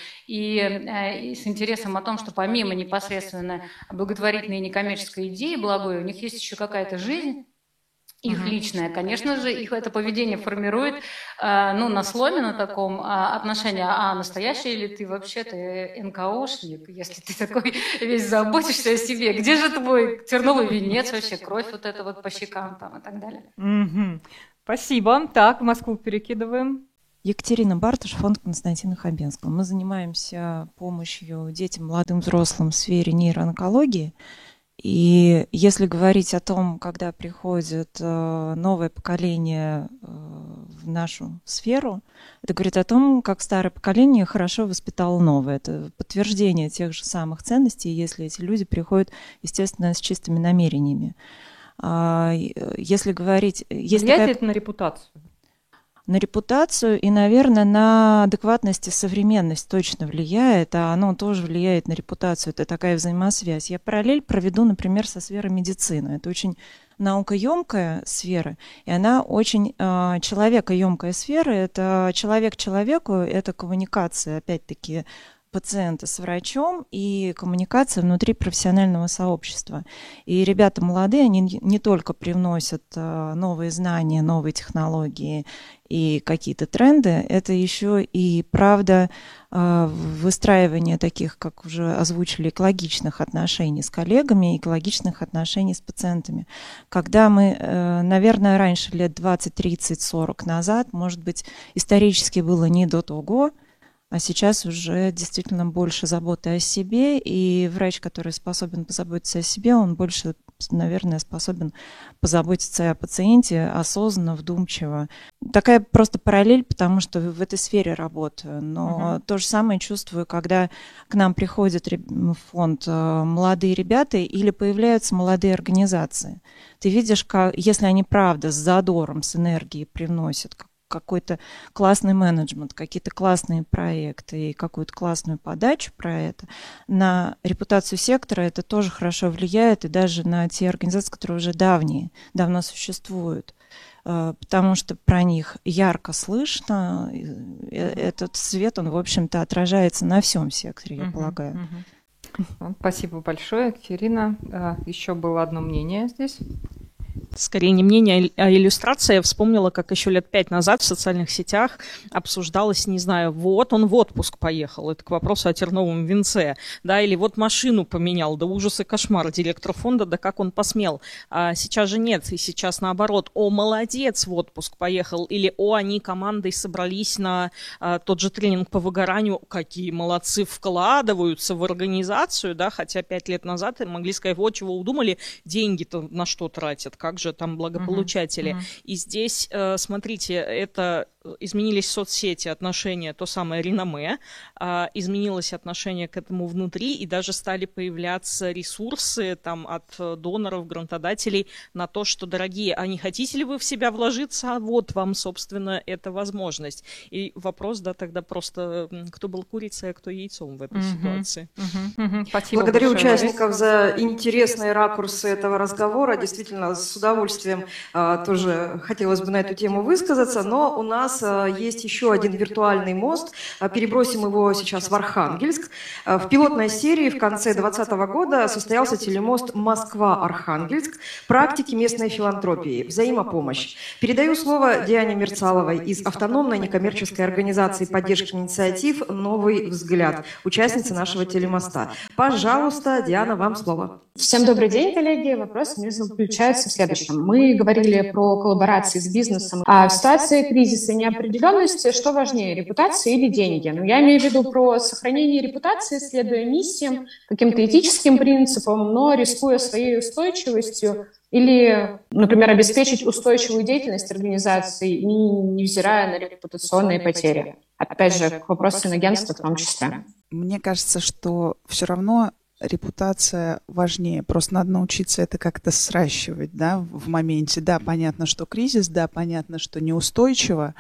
и с интересом о том, что помимо непосредственно благотворительной и некоммерческой идеи благой, у них есть еще какая-то жизнь, их личная. Конечно же, их это поведение формирует на сломе, на таком отношении. А настоящий ли ты вообще-то НКОшник, если ты такой весь заботишься о себе? Где же твой терновый венец вообще, кровь вот эта вот по щекам там и так далее? Спасибо. Так, в Москву перекидываем. Екатерина Бартуш, фонд Константина Хабенского. Мы занимаемся помощью детям, молодым взрослым в сфере нейроонкологии. И если говорить о том, когда приходит новое поколение в нашу сферу, это говорит о том, как старое поколение хорошо воспитало новое. Это подтверждение тех же самых ценностей, если эти люди приходят, естественно, с чистыми намерениями. Если говорить... Влияет ли это на репутацию? На репутацию и, наверное, на адекватность и современность точно влияет, а оно тоже влияет на репутацию. Это такая взаимосвязь. Я параллель проведу, например, со сферой медицины. Это очень наукоемкая сфера, и она очень человекоемкая сфера. Это человек человеку, это коммуникация, опять-таки, пациента с врачом и коммуникация внутри профессионального сообщества. И ребята молодые, они не только привносят новые знания, новые технологии и какие-то тренды, это еще и, правда, выстраивание таких, как уже озвучили, экологичных отношений с коллегами, экологичных отношений с пациентами. Когда мы, наверное, раньше, лет 20, 30, 40 назад, может быть, исторически было не до того, а сейчас уже действительно больше заботы о себе, и врач, который способен позаботиться о себе, он больше, наверное, способен позаботиться и о пациенте осознанно, вдумчиво. Такая просто параллель, потому что в этой сфере работаю. Но то же самое чувствую, когда к нам приходит в фонд молодые ребята или появляются молодые организации. Ты видишь, как, если они правда с задором, с энергией привносят какой-то классный менеджмент, какие-то классные проекты и какую-то классную подачу про это, на репутацию сектора это тоже хорошо влияет, и даже на те организации, которые уже давно существуют, потому что про них ярко слышно, этот свет, он, в общем-то, отражается на всем секторе, я полагаю. Спасибо большое, Екатерина. Еще было одно мнение здесь. Скорее не мнение, а иллюстрация. Я вспомнила, как еще лет 5 назад в социальных сетях обсуждалось, не знаю, вот он в отпуск поехал. Это к вопросу о терновом венце. Да, или вот машину поменял. Да ужас и кошмар. Директор фонда, да как он посмел. А сейчас же нет. И сейчас наоборот. О, молодец, в отпуск поехал. Или о, они командой собрались на тот же тренинг по выгоранию. Какие молодцы, вкладываются в организацию. Да, хотя 5 лет назад могли сказать, вот чего удумали, деньги-то на что тратят. Как же там благополучатели. И здесь, смотрите, это изменились соцсети, отношения, то самое реноме, изменилось отношение к этому внутри, и даже стали появляться ресурсы там, от доноров, грантодателей на то, что, дорогие, а не хотите ли вы в себя вложиться? А вот вам, собственно, эта возможность. И вопрос, да, тогда просто, кто был курицей, а кто яйцом в этой ситуации. Спасибо Благодарю большое, участников за интересные ракурсы этого разговора. Действительно, с удовольствием тоже хотелось бы на эту тему высказаться, но у нас есть еще один виртуальный мост. Перебросим его сейчас в Архангельск. В пилотной серии в конце 2020 года состоялся телемост Москва-Архангельск. Практики местной филантропии. Взаимопомощь. Передаю слово Диане Мерцаловой из автономной некоммерческой организации поддержки инициатив «Новый взгляд», участницы нашего телемоста. Пожалуйста, Диана, вам слово. Всем добрый день, коллеги. Вопрос заключается в следующем. Мы говорили про коллаборации с бизнесом. А в ситуации кризиса и неопределенности что важнее, репутация или деньги? Ну, я имею в виду про сохранение репутации, следуя миссиям, каким-то этическим принципам, но рискуя своей устойчивостью, или, например, обеспечить устойчивую деятельность организации, невзирая на репутационные потери. Опять же, к вопросу инагентства в том числе. Мне кажется, что все равно репутация важнее. Просто надо научиться это как-то сращивать, да, в моменте. Да, понятно, что кризис, да, понятно, что неустойчиво,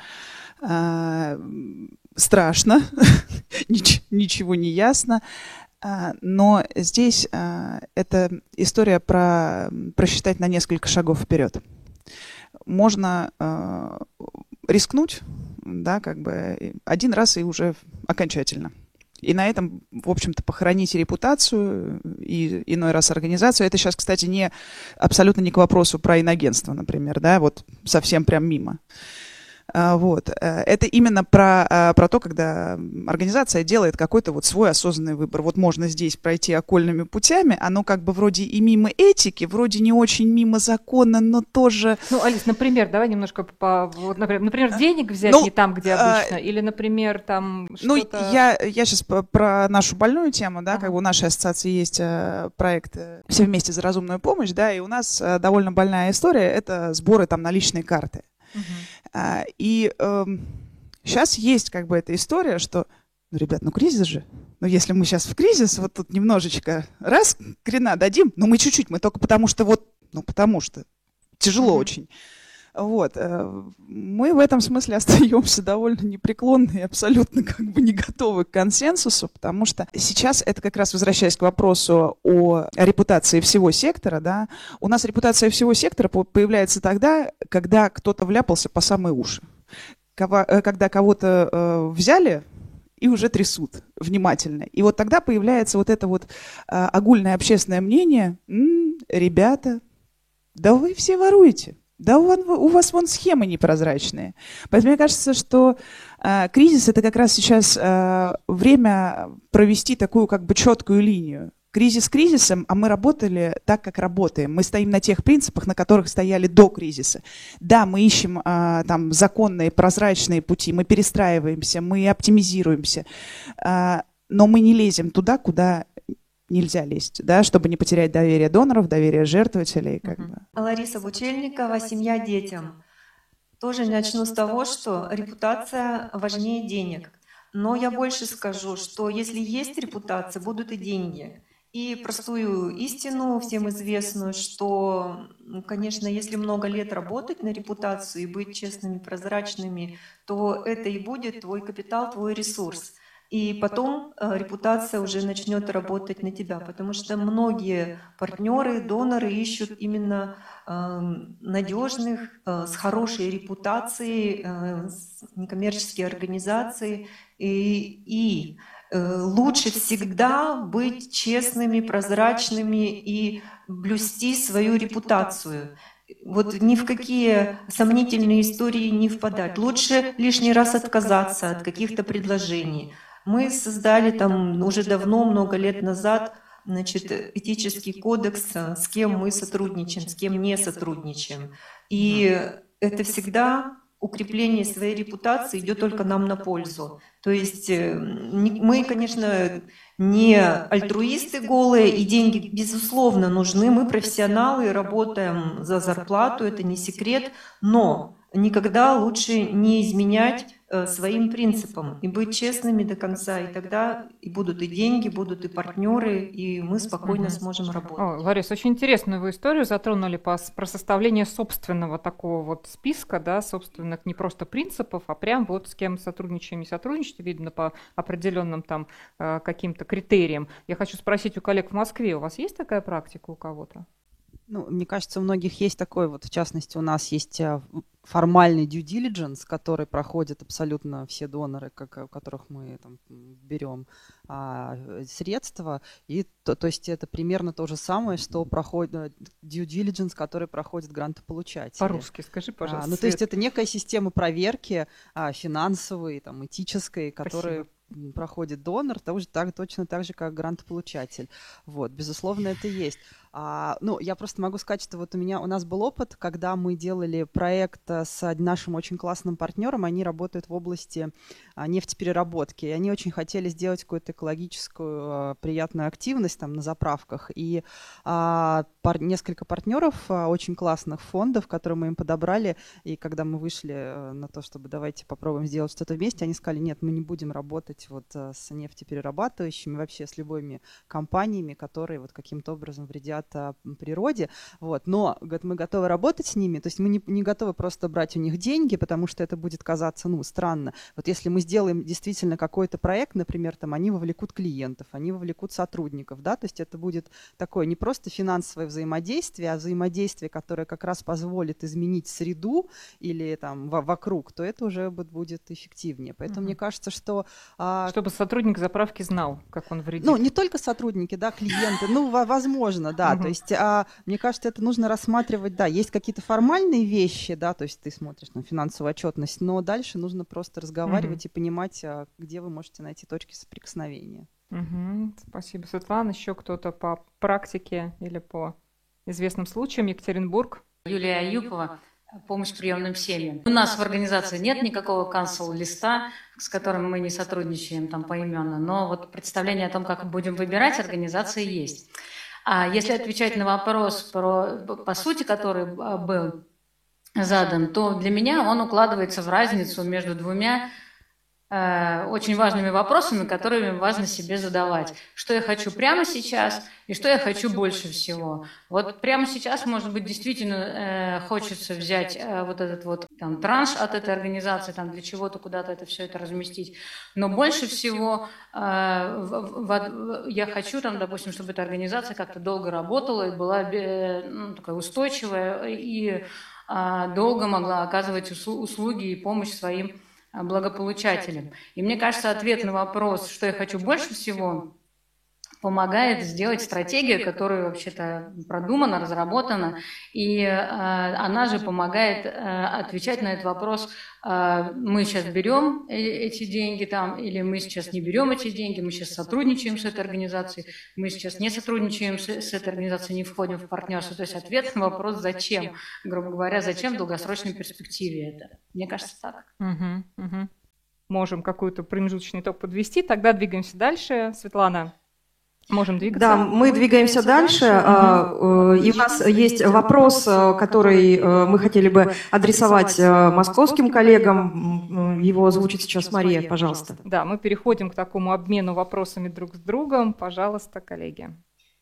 страшно, ничего не ясно. Но здесь это история про просчитать на несколько шагов вперед. Можно рискнуть, да, как бы один раз и уже окончательно. И на этом, в общем-то, похоронить репутацию и иной раз организацию. Это сейчас, кстати, абсолютно не к вопросу про инагентство, например, да, вот совсем прям мимо. Вот. Это именно про то, когда организация делает какой-то вот свой осознанный выбор. Вот можно здесь пройти окольными путями, оно как бы вроде и мимо этики, вроде не очень мимо закона, но тоже... Ну, Алис, например, давай немножко вот, например, денег взять не там, где обычно, или, например, там что-то... Ну, я сейчас про нашу больную тему, да, как бы у нашей ассоциации есть проект «Все вместе за разумную помощь», да, и у нас довольно больная история, это сборы там наличные карты. И сейчас есть как бы эта история, что, ну, ребят, ну кризис же. Ну, если мы сейчас в кризис, вот тут немножечко раз крена дадим, но мы чуть-чуть, мы только потому что вот, ну, потому что тяжело очень. Вот. Мы в этом смысле остаемся довольно непреклонны и абсолютно как бы не готовы к консенсусу, потому что сейчас это как раз, возвращаясь к вопросу о репутации всего сектора, да, у нас репутация всего сектора появляется тогда, когда кто-то вляпался по самые уши. Когда кого-то взяли и уже трясут внимательно. И вот тогда появляется вот это вот огульное общественное мнение: ребята, да вы все воруете. Да у вас вон схемы непрозрачные. Поэтому мне кажется, что кризис — это как раз сейчас время провести такую как бы четкую линию. Кризис кризисом, а мы работали так, как работаем. Мы стоим на тех принципах, на которых стояли до кризиса. Да, мы ищем там законные, прозрачные пути, мы перестраиваемся, мы оптимизируемся, но мы не лезем туда, куда нельзя лезть, да, чтобы не потерять доверие доноров, доверие жертвователей. Как бы. Лариса Бучельникова, «Семья детям». Тоже начну с того, что репутация важнее денег. Но я больше скажу, что если есть репутация, будут и деньги. И простую истину, всем известную, что, конечно, если много лет работать на репутацию и быть честными, прозрачными, то это и будет твой капитал, твой ресурс. И потом репутация уже начнет работать на тебя, потому что многие партнеры, доноры ищут именно надежных, с хорошей репутацией, некоммерческие организации. И лучше всегда быть честными, прозрачными и блюсти свою репутацию. Вот ни в какие сомнительные истории не впадать. Лучше лишний раз отказаться от каких-то предложений. Мы создали там уже давно, много лет назад, значит, этический кодекс, с кем мы сотрудничаем, с кем не сотрудничаем. И это всегда укрепление своей репутации идет только нам на пользу. То есть мы, конечно, не альтруисты голые, и деньги, безусловно, нужны. Мы профессионалы, работаем за зарплату, это не секрет, но никогда лучше не изменять своим принципам и быть честными до конца, и тогда и будут и деньги, будут и партнеры, и мы спокойно сможем работать. Ларис, очень интересную вы историю затронули про составление собственного такого вот списка, да, собственных не просто принципов, а прям вот с кем сотрудничаем, не сотрудничаем, видно по определенным там каким-то критериям. Я хочу спросить у коллег в Москве, у вас есть такая практика у кого-то? Ну, мне кажется, у многих есть такой, вот в частности, у нас есть формальный due diligence, который проходят абсолютно все доноры, у которых мы там берем средства. И то есть это примерно то же самое, что проходит due diligence, который проходит грантополучатели. По-русски скажи, пожалуйста. Ну, то есть это некая система проверки финансовой, там, этической, которая проходит донор, точно так же, как грантополучатель. Вот, безусловно, это есть. Я просто могу сказать, что вот у нас был опыт, когда мы делали проект с нашим очень классным партнером, они работают в области нефтепереработки, и они очень хотели сделать какую-то экологическую приятную активность там на заправках, и несколько партнеров очень классных фондов, которые мы им подобрали, и когда мы вышли на то, чтобы давайте попробуем сделать что-то вместе, они сказали: нет, мы не будем работать вот с нефтеперерабатывающими, вообще с любыми компаниями, которые вот каким-то образом вредят природе, вот, но мы готовы работать с ними, то есть мы не готовы просто брать у них деньги, потому что это будет казаться, странно. Вот если мы сделаем действительно какой-то проект, например, там они вовлекут клиентов, они вовлекут сотрудников, да, то есть это будет такое не просто финансовое взаимодействие, а взаимодействие, которое как раз позволит изменить среду или там вокруг, то это уже будет эффективнее. Поэтому мне кажется, что... Чтобы сотрудник заправки знал, как он вредит. Не только сотрудники, да, клиенты, возможно, да, то есть мне кажется, это нужно рассматривать, да, есть какие-то формальные вещи, да, то есть ты смотришь на финансовую отчетность, но дальше нужно просто разговаривать и понимать, где вы можете найти точки соприкосновения. Спасибо, Светлана. Еще кто-то по практике или по известным случаям? Екатеринбург. Юлия Аюпова. Помощь приемным семьям. У нас в организации нет никакого консул-листа, с которым мы не сотрудничаем там поименно, но вот представление о том, как мы будем выбирать организации, есть. А если отвечать на вопрос по сути, который был задан, то для меня он укладывается в разницу между двумя очень важными вопросами, которые важно себе задавать. Что я хочу прямо сейчас и что я хочу больше всего. Вот прямо сейчас, может быть, действительно хочется взять вот этот вот там транш от этой организации, там для чего-то куда-то все это разместить. Но больше всего я хочу, там, допустим, чтобы эта организация как-то долго работала и была такая устойчивая и долго могла оказывать услуги и помощь своим благополучателем. И мне кажется, ответ на вопрос, что я хочу больше всего, помогает сделать стратегию, которая вообще-то продумана, разработана, и она же помогает отвечать на этот вопрос: мы сейчас берем эти деньги там, или мы сейчас не берем эти деньги, мы сейчас сотрудничаем с этой организацией, мы сейчас не сотрудничаем с этой организацией, не входим в партнерство. То есть ответ на вопрос «зачем?», грубо говоря, зачем в долгосрочной перспективе это. Мне кажется, так. Можем какой-то промежуточный итог подвести, тогда двигаемся дальше. Светлана. Можем двигаться? Да, мы двигаемся дальше. И у нас есть вопрос, который мы хотели бы адресовать московским коллегам. Его озвучит сейчас Мария, пожалуйста. Да, мы переходим к такому обмену вопросами друг с другом. Пожалуйста, коллеги.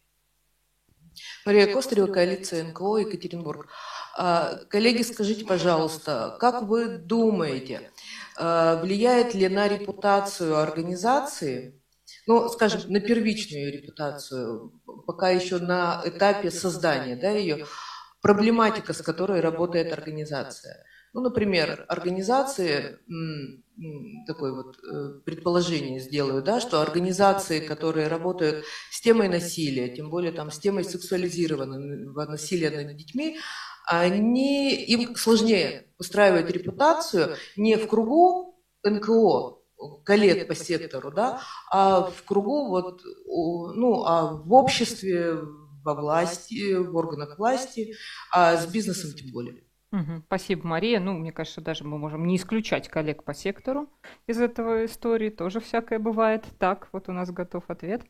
Мария Костарева, коалиция НКО, Екатеринбург. Коллеги, скажите, пожалуйста, как вы думаете, влияет ли на репутацию организации, ну, скажем, на первичную репутацию, пока еще на этапе создания, да, ее, проблематика, с которой работает организация? Ну, например, организации, такое вот предположение сделаю, да, что организации, которые работают с темой насилия, тем более там с темой сексуализированного насилия над детьми, им сложнее устраивать репутацию не в кругу НКО, коллег по сектору, да, а в кругу вот, ну, в обществе, во власти, в органах власти, а с бизнесом тем более. Спасибо, Мария. Ну, мне кажется, даже мы можем не исключать коллег по сектору из этого истории. Тоже всякое бывает. Так, вот у нас готов ответ.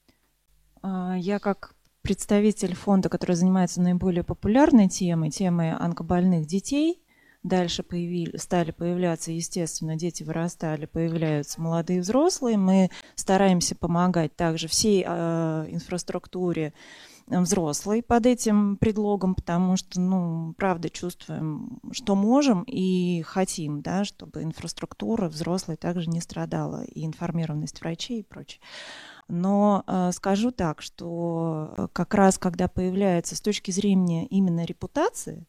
Я как представитель фонда, который занимается наиболее популярной темой онкобольных детей, дальше стали появляться, естественно, дети вырастали, появляются молодые взрослые. Мы стараемся помогать также всей инфраструктуре взрослой под этим предлогом, потому что, ну, правда, чувствуем, что можем и хотим, да, чтобы инфраструктура взрослой также не страдала, и информированность врачей и прочее. Но скажу так, что как раз когда появляется с точки зрения именно репутации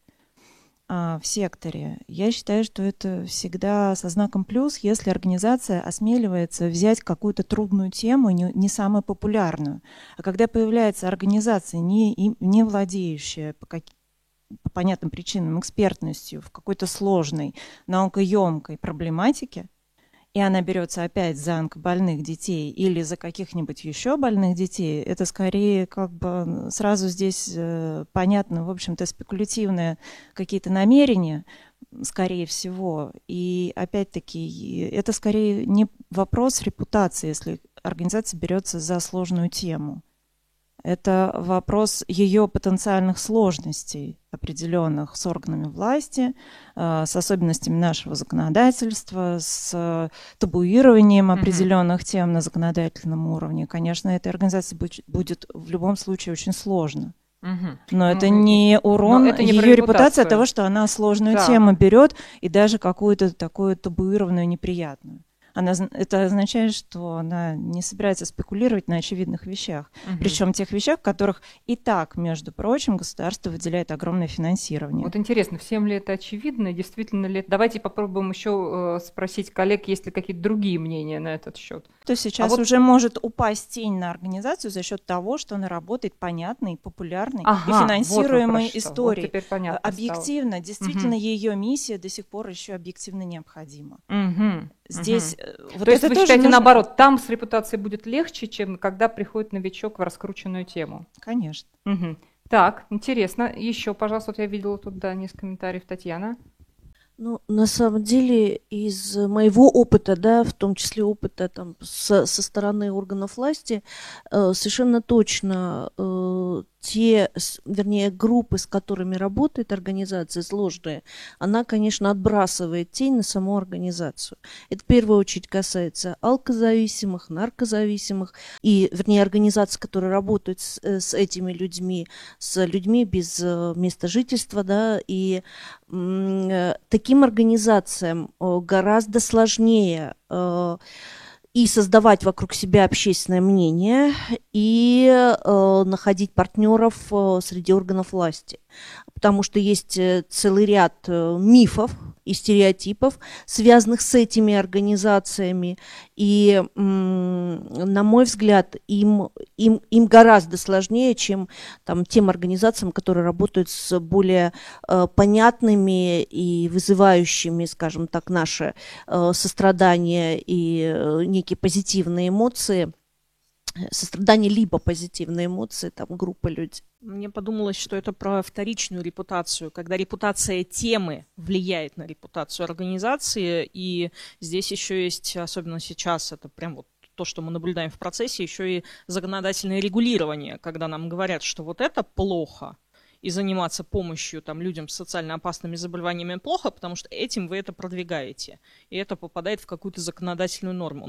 в секторе, я считаю, что это всегда со знаком плюс, если организация осмеливается взять какую-то трудную тему, не самую популярную. А когда появляется организация, не владеющая по понятным причинам экспертностью в какой-то сложной, наукоемкой проблематике, и она берется опять за онкобольных детей или за каких-нибудь еще больных детей, это скорее как бы сразу здесь понятно, в общем-то, спекулятивные какие-то намерения, скорее всего. И опять-таки это скорее не вопрос репутации, если организация берется за сложную тему. Это вопрос ее потенциальных сложностей определенных с органами власти, с особенностями нашего законодательства, с табуированием определенных тем на законодательном уровне. Конечно, этой организации будет в любом случае очень сложно. Но это не урон ее репутации от того, что она сложную тему берет и даже какую-то такую табуированную, неприятную. Это означает, что она не собирается спекулировать на очевидных вещах. Причем тех вещах, в которых и так, между прочим, государство выделяет огромное финансирование. Вот интересно, всем ли это очевидно, действительно ли... Давайте попробуем еще спросить коллег, есть ли какие-то другие мнения на этот счет. То сейчас уже может упасть тень на организацию за счет того, что она работает понятной, популярной и финансируемой историей. Вот объективно, действительно, ее миссия до сих пор еще объективно необходима. Здесь вот то есть вы считаете, наоборот, там с репутацией будет легче, чем когда приходит новичок в раскрученную тему? Конечно. Так, интересно. Еще, пожалуйста, вот я видела тут, да, несколько комментариев. Татьяна. Ну, на самом деле, из моего опыта, да, в том числе опыта там, со стороны органов власти, совершенно точно группы, с которыми работает организация, сложная, она, конечно, отбрасывает тень на саму организацию. Это в первую очередь касается алкозависимых, наркозависимых, организаций, которые работают с этими людьми, с людьми без места жительства, да, и таким организациям гораздо сложнее и создавать вокруг себя общественное мнение, и находить партнеров среди органов власти. Потому что есть целый ряд мифов, и стереотипов, связанных с этими организациями. И, на мой взгляд, им гораздо сложнее, чем тем организациям, которые работают с более понятными и вызывающими, скажем так, наше сострадание и некие позитивные эмоции. Сострадание либо позитивные эмоции группы людей. Мне подумалось, что это про вторичную репутацию, когда репутация темы влияет на репутацию организации, и здесь еще есть, особенно сейчас, это прям вот то, что мы наблюдаем в процессе, еще и законодательное регулирование, когда нам говорят, что вот это плохо, и заниматься помощью людям с социально опасными заболеваниями плохо, потому что этим вы это продвигаете, и это попадает в какую-то законодательную норму.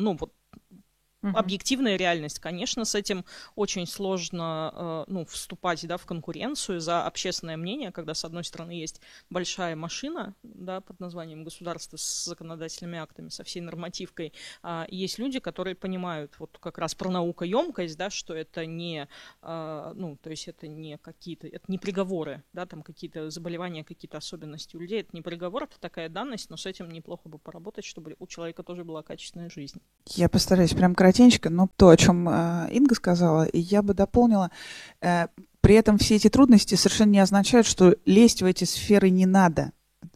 Объективная реальность, конечно, с этим очень сложно вступать в конкуренцию за общественное мнение, когда, с одной стороны, есть большая машина под названием государство с законодательными актами, со всей нормативкой, и есть люди, которые понимают вот как раз про наукоемкость, что это не, то есть это не какие-то, это не приговоры, какие-то заболевания, какие-то особенности у людей, это не приговор, это такая данность, но с этим неплохо бы поработать, чтобы у человека тоже была качественная жизнь. Я постараюсь прям коротенько, но то, о чем Инга сказала, я бы дополнила. При этом все эти трудности совершенно не означают, что лезть в эти сферы не надо.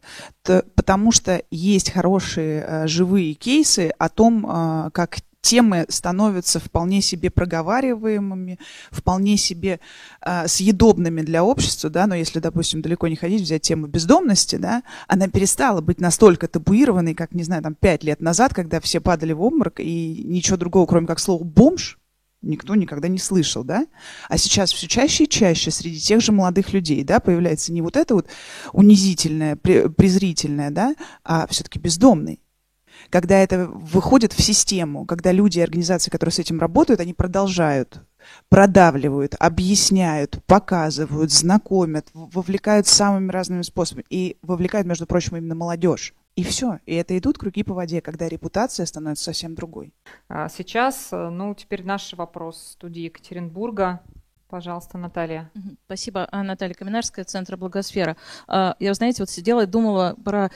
Потому что есть хорошие живые кейсы о том, как темы становятся вполне себе проговариваемыми, вполне себе съедобными для общества, но если, допустим, далеко не ходить, взять тему бездомности, она перестала быть настолько табуированной, как, 5 лет назад, когда все падали в обморок, и ничего другого, кроме как слова «бомж», никто никогда не слышал, А сейчас все чаще и чаще среди тех же молодых людей, появляется не вот это вот унизительное, презрительное, а все-таки бездомный. Когда это выходит в систему, когда люди и организации, которые с этим работают, они продолжают, продавливают, объясняют, показывают, знакомят, вовлекают самыми разными способами. И вовлекают, между прочим, именно молодежь. И все. И это идут круги по воде, когда репутация становится совсем другой. Сейчас, теперь наш вопрос студии Екатеринбурга. Пожалуйста, Наталья. Спасибо. Наталья Каменарская, Центр Благосфера. Я, знаете, вот сидела и думала про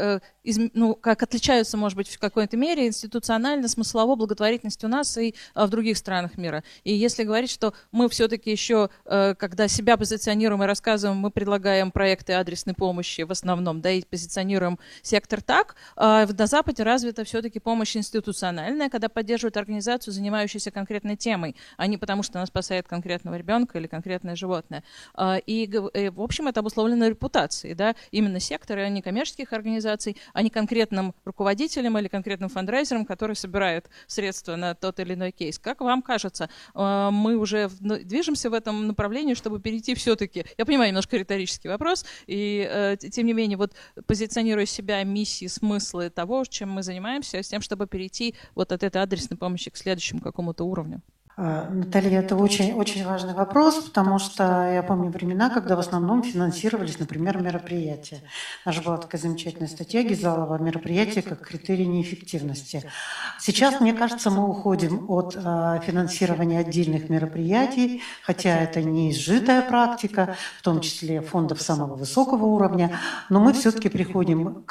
как отличаются, может быть, в какой-то мере институционально, смыслово благотворительность у нас и в других странах мира. И если говорить, что мы все-таки еще, когда себя позиционируем и рассказываем, мы предлагаем проекты адресной помощи в основном, и позиционируем сектор так, на Западе развита все-таки помощь институциональная, когда поддерживают организацию, занимающуюся конкретной темой, а не потому, что она спасает конкретного ребенка или конкретное животное. И, в общем, это обусловлено репутацией, именно сектора, а не коммерческих организаций, а не конкретным руководителем или конкретным фандрайзером, который собирает средства на тот или иной кейс. Как вам кажется, мы уже движемся в этом направлении, чтобы перейти все-таки, я понимаю, немножко риторический вопрос, и тем не менее, вот позиционируя себя, миссии, смыслы того, чем мы занимаемся, с тем, чтобы перейти вот от этой адресной помощи к следующему какому-то уровню? Наталья, это очень, очень важный вопрос, потому что я помню времена, когда в основном финансировались, например, мероприятия. Наша была такая замечательная статья Гизалова «Мероприятия как критерий неэффективности». Сейчас, мне кажется, мы уходим от финансирования отдельных мероприятий, хотя это не изжитая практика, в том числе фондов самого высокого уровня, но мы все-таки приходим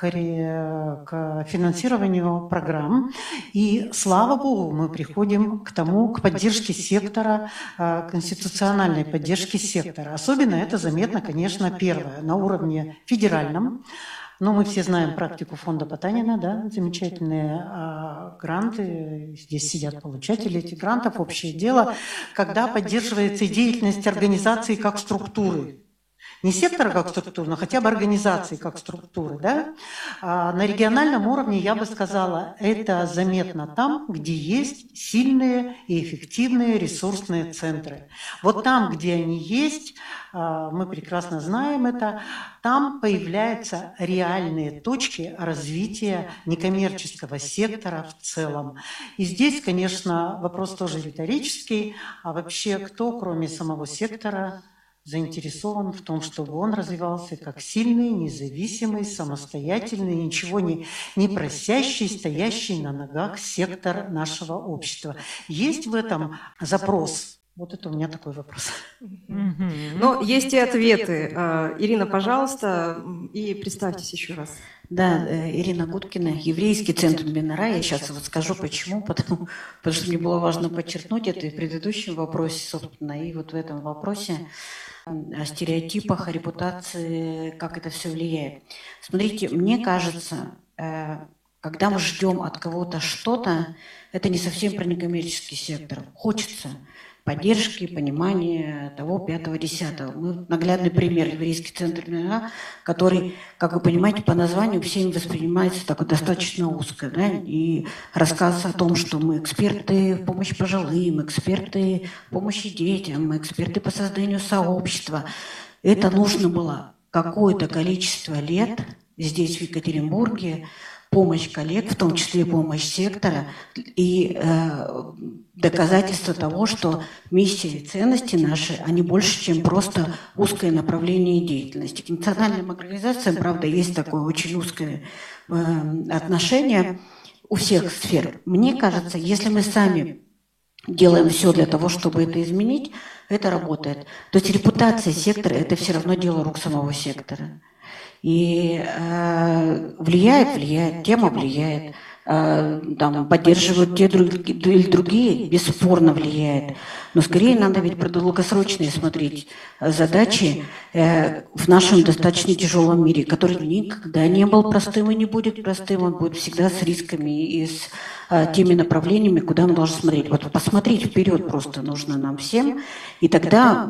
к финансированию программ, и, слава Богу, мы приходим к поддержке сектора, конституциональной поддержки сектора. Особенно это заметно, конечно, первое, на уровне федеральном. Но мы все знаем практику фонда Потанина, замечательные гранты, здесь сидят получатели этих грантов, общее дело, когда поддерживается деятельность организации как структуры. Не сектора как структуры, но хотя бы организации как структуры. На региональном уровне, я бы сказала, это заметно там, где есть сильные и эффективные ресурсные центры. Вот там, где они есть, мы прекрасно знаем это, там появляются реальные точки развития некоммерческого сектора в целом. И здесь, конечно, вопрос тоже риторический, а вообще кто, кроме самого сектора, заинтересован в том, чтобы он развивался как сильный, независимый, самостоятельный, ничего не просящий, стоящий на ногах сектор нашего общества. Есть в этом запрос Вот это у меня такой вопрос. Но есть и ответы. Ирина, пожалуйста, и представьтесь еще раз. Да, Ирина Гудкина, Еврейский центр Минора. Я сейчас вот скажу почему, потому что мне было важно подчеркнуть это и в предыдущем вопросе, собственно, и вот в этом вопросе о стереотипах, о репутации, как это все влияет. Смотрите, мне кажется, когда мы ждем от кого-то что-то, это не совсем про некоммерческий сектор. Хочется поддержки, понимания того, 5-го, 10-го. Мы наглядный пример Еврейский центр Минора, который, как вы понимаете, по названию всеми воспринимается так достаточно узко. Да? И рассказ о том, что мы эксперты в помощи пожилым, эксперты в помощи детям, эксперты по созданию сообщества. Это нужно было какое-то количество лет здесь, в Екатеринбурге, помощь коллег, в том числе помощь сектора, и доказательство того, что миссия и ценности наши, они больше, чем просто узкое направление деятельности. К национальным организациям, правда, есть такое очень узкое отношение у всех сфер. Мне кажется, если мы сами делаем все для того, чтобы это изменить, это работает. То есть репутация сектора – это все равно дело рук самого сектора. И влияет, тема влияет, там, поддерживают те или другие, бесспорно влияет. Но скорее надо ведь про долгосрочные смотреть задачи в нашем достаточно тяжелом мире, который никогда не был простым и не будет простым, он будет всегда с рисками и с теми направлениями, куда мы должны смотреть. Вот посмотреть вперед просто нужно нам всем, и тогда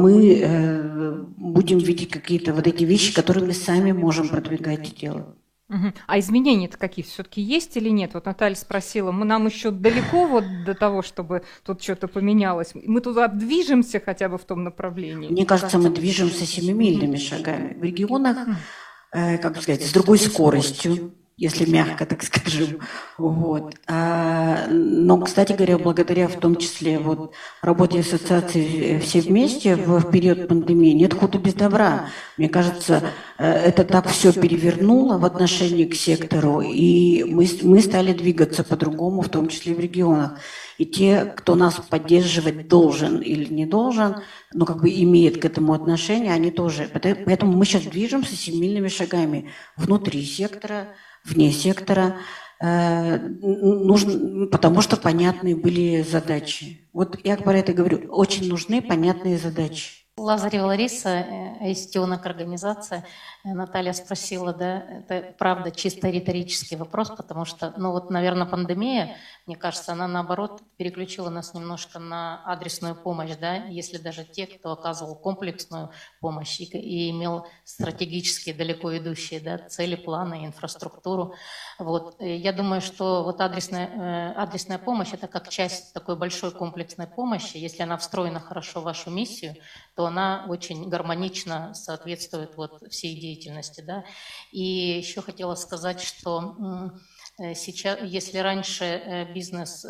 мы будем видеть какие-то вот эти вещи, которые мы сами можем продвигать и делать. А изменения-то какие все-таки есть или нет? Вот Наталья спросила, нам еще далеко вот до того, чтобы тут что-то поменялось? Мы туда движемся хотя бы в том направлении? Мне кажется, мы движемся семимильными шагами. В регионах, как сказать, с другой скоростью, если мягко так скажем. Вот. Но, кстати говоря, благодаря в том числе вот, работе ассоциации «Все вместе» в период пандемии нет худа без добра. Мне кажется, это так все перевернуло в отношении к сектору, и мы стали двигаться по-другому, в том числе и в регионах. И те, кто нас поддерживать должен или не должен, но как бы имеет к этому отношение, они тоже. Поэтому мы сейчас движемся семимильными шагами внутри сектора, вне сектора, нужно, потому что понятные были задачи. Вот я про это говорю, очень нужны понятные задачи. Лазарева Лариса, АИСТионок организация. Наталья спросила, да, это правда чисто риторический вопрос, потому что, ну вот, наверное, пандемия, мне кажется, она наоборот переключила нас немножко на адресную помощь, да, если даже те, кто оказывал комплексную помощь и имел стратегические далеко идущие, да, цели, планы, инфраструктуру. Вот. Я думаю, что вот адресная помощь – это как часть такой большой комплексной помощи. Если она встроена хорошо в вашу миссию, то она очень гармонично соответствует вот всей деятельности. Да? И еще хотела сказать, что сейчас, если раньше бизнес,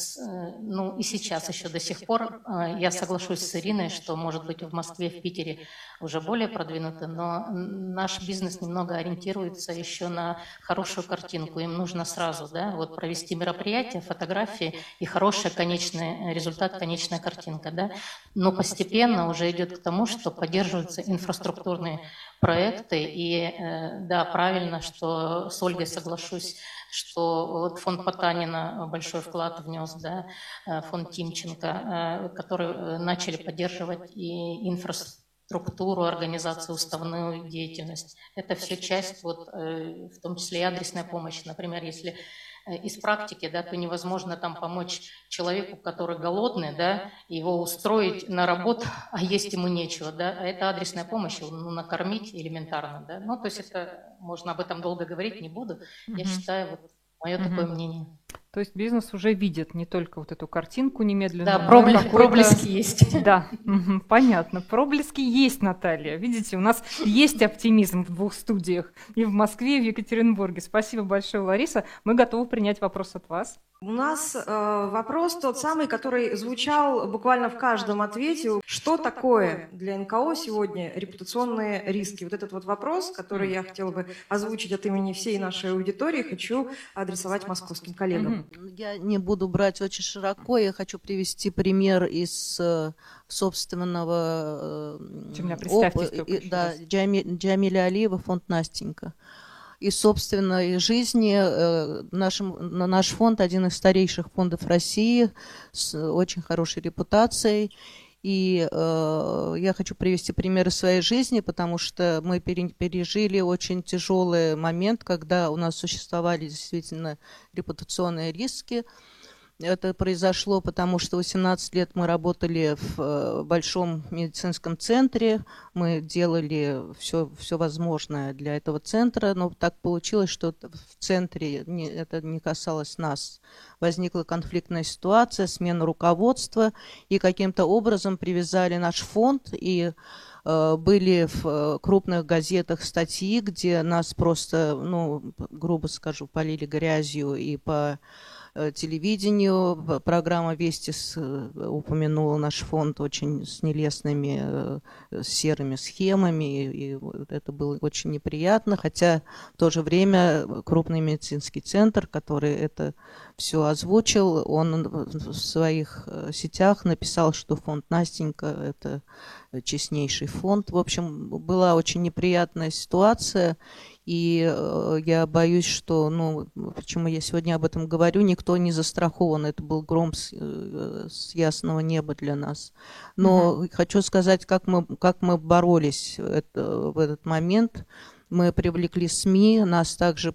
ну и сейчас еще до сих пор, я соглашусь с Ириной, что, может быть, в Москве, в Питере уже более продвинуты, но наш бизнес немного ориентируется еще на хорошую картинку. Им нужно сразу, да, вот провести мероприятие, фотографии и хороший конечный результат, конечная картинка. Да? Но постепенно уже идет к тому, что поддерживаются инфраструктурные проекты. И да, правильно, что с Ольгой соглашусь, что вот фонд Потанина большой вклад внес, да, фонд Тимченко, которые начали поддерживать и инфраструктуру, организацию, уставную деятельность. Это все часть, вот, в том числе и адресная помощь. Например, если из практики, да, то невозможно там помочь человеку, который голодный, да, его устроить на работу, а есть ему нечего, да, а это адресная помощь, ну, накормить элементарно, да, ну, то есть это, можно об этом долго говорить, не буду, я считаю, вот, мое такое мнение. То есть бизнес уже видит не только вот эту картинку немедленно. Да, проблески есть. Да, понятно. Проблески есть, Наталья. Видите, у нас есть оптимизм в двух студиях, и в Москве, и в Екатеринбурге. Спасибо большое, Лариса. Мы готовы принять вопрос от вас. У нас вопрос тот самый, который звучал буквально в каждом ответе. Что такое для НКО сегодня репутационные риски? Вот этот вот вопрос, который я хотела бы озвучить от имени всей нашей аудитории, хочу адресовать московским коллегам. Я не буду брать очень широко, я хочу привести пример из собственного опыта. Да, Джамиля Алиева, фонд «Настенька». Из собственной жизни наш фонд один из старейших фондов России с очень хорошей репутацией. И я хочу привести пример из своей жизни, потому что мы пережили очень тяжелый момент, когда у нас существовали действительно репутационные риски. Это произошло потому, что 18 лет мы работали в большом медицинском центре, мы делали все возможное для этого центра, но так получилось, что в центре это не касалось нас. Возникла конфликтная ситуация, смена руководства, и каким-то образом привязали наш фонд, и были в крупных газетах статьи, где нас просто, грубо скажу, полили грязью, и по телевидению программа «Вести» упомянула наш фонд очень с нелестными серыми схемами, и это было очень неприятно, хотя в то же время крупный медицинский центр, который это все озвучил, он в своих сетях написал, что фонд «Настенька» — это честнейший фонд. В общем, была очень неприятная ситуация, и я боюсь, что, почему я сегодня об этом говорю, никто не застрахован. Это был гром с ясного неба для нас. Но хочу сказать, как мы боролись в этот момент. Мы привлекли СМИ, нас также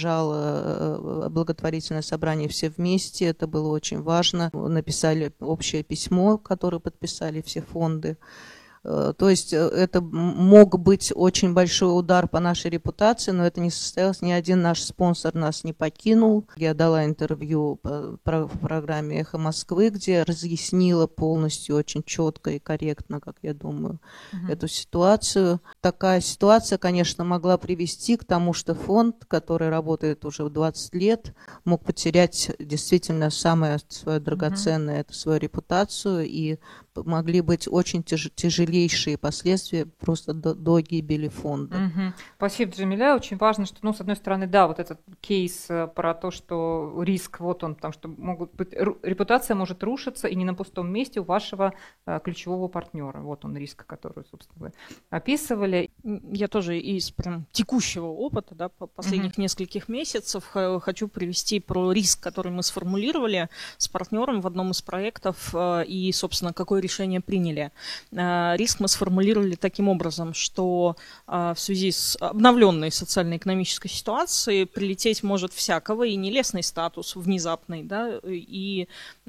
поддержало благотворительное собрание «Все вместе». Это было очень важно. Написали общее письмо, которое подписали все фонды. То есть это мог быть очень большой удар по нашей репутации, но это не состоялось. Ни один наш спонсор нас не покинул. Я дала интервью в программе «Эхо Москвы», где разъяснила полностью, очень четко и корректно, как я думаю, эту ситуацию. Такая ситуация, конечно, могла привести к тому, что фонд, который работает уже 20 лет, мог потерять действительно самое свое драгоценное, это свою репутацию, и могли быть очень тяжелейшие последствия просто до гибели фонда. Спасибо, Джамиля. Очень важно, что, с одной стороны, да, вот этот кейс про то, что риск, вот он, потому что репутация может рушиться и не на пустом месте у вашего ключевого партнера. Вот он риск, который, собственно, вы описывали. Я тоже из прям текущего опыта, да, последних нескольких месяцев хочу привести про риск, который мы сформулировали с партнером в одном из проектов, и, собственно, какой решение приняли. Риск мы сформулировали таким образом, что в связи с обновленной социально-экономической ситуацией прилететь может всякого, и нелестный статус внезапный, да, и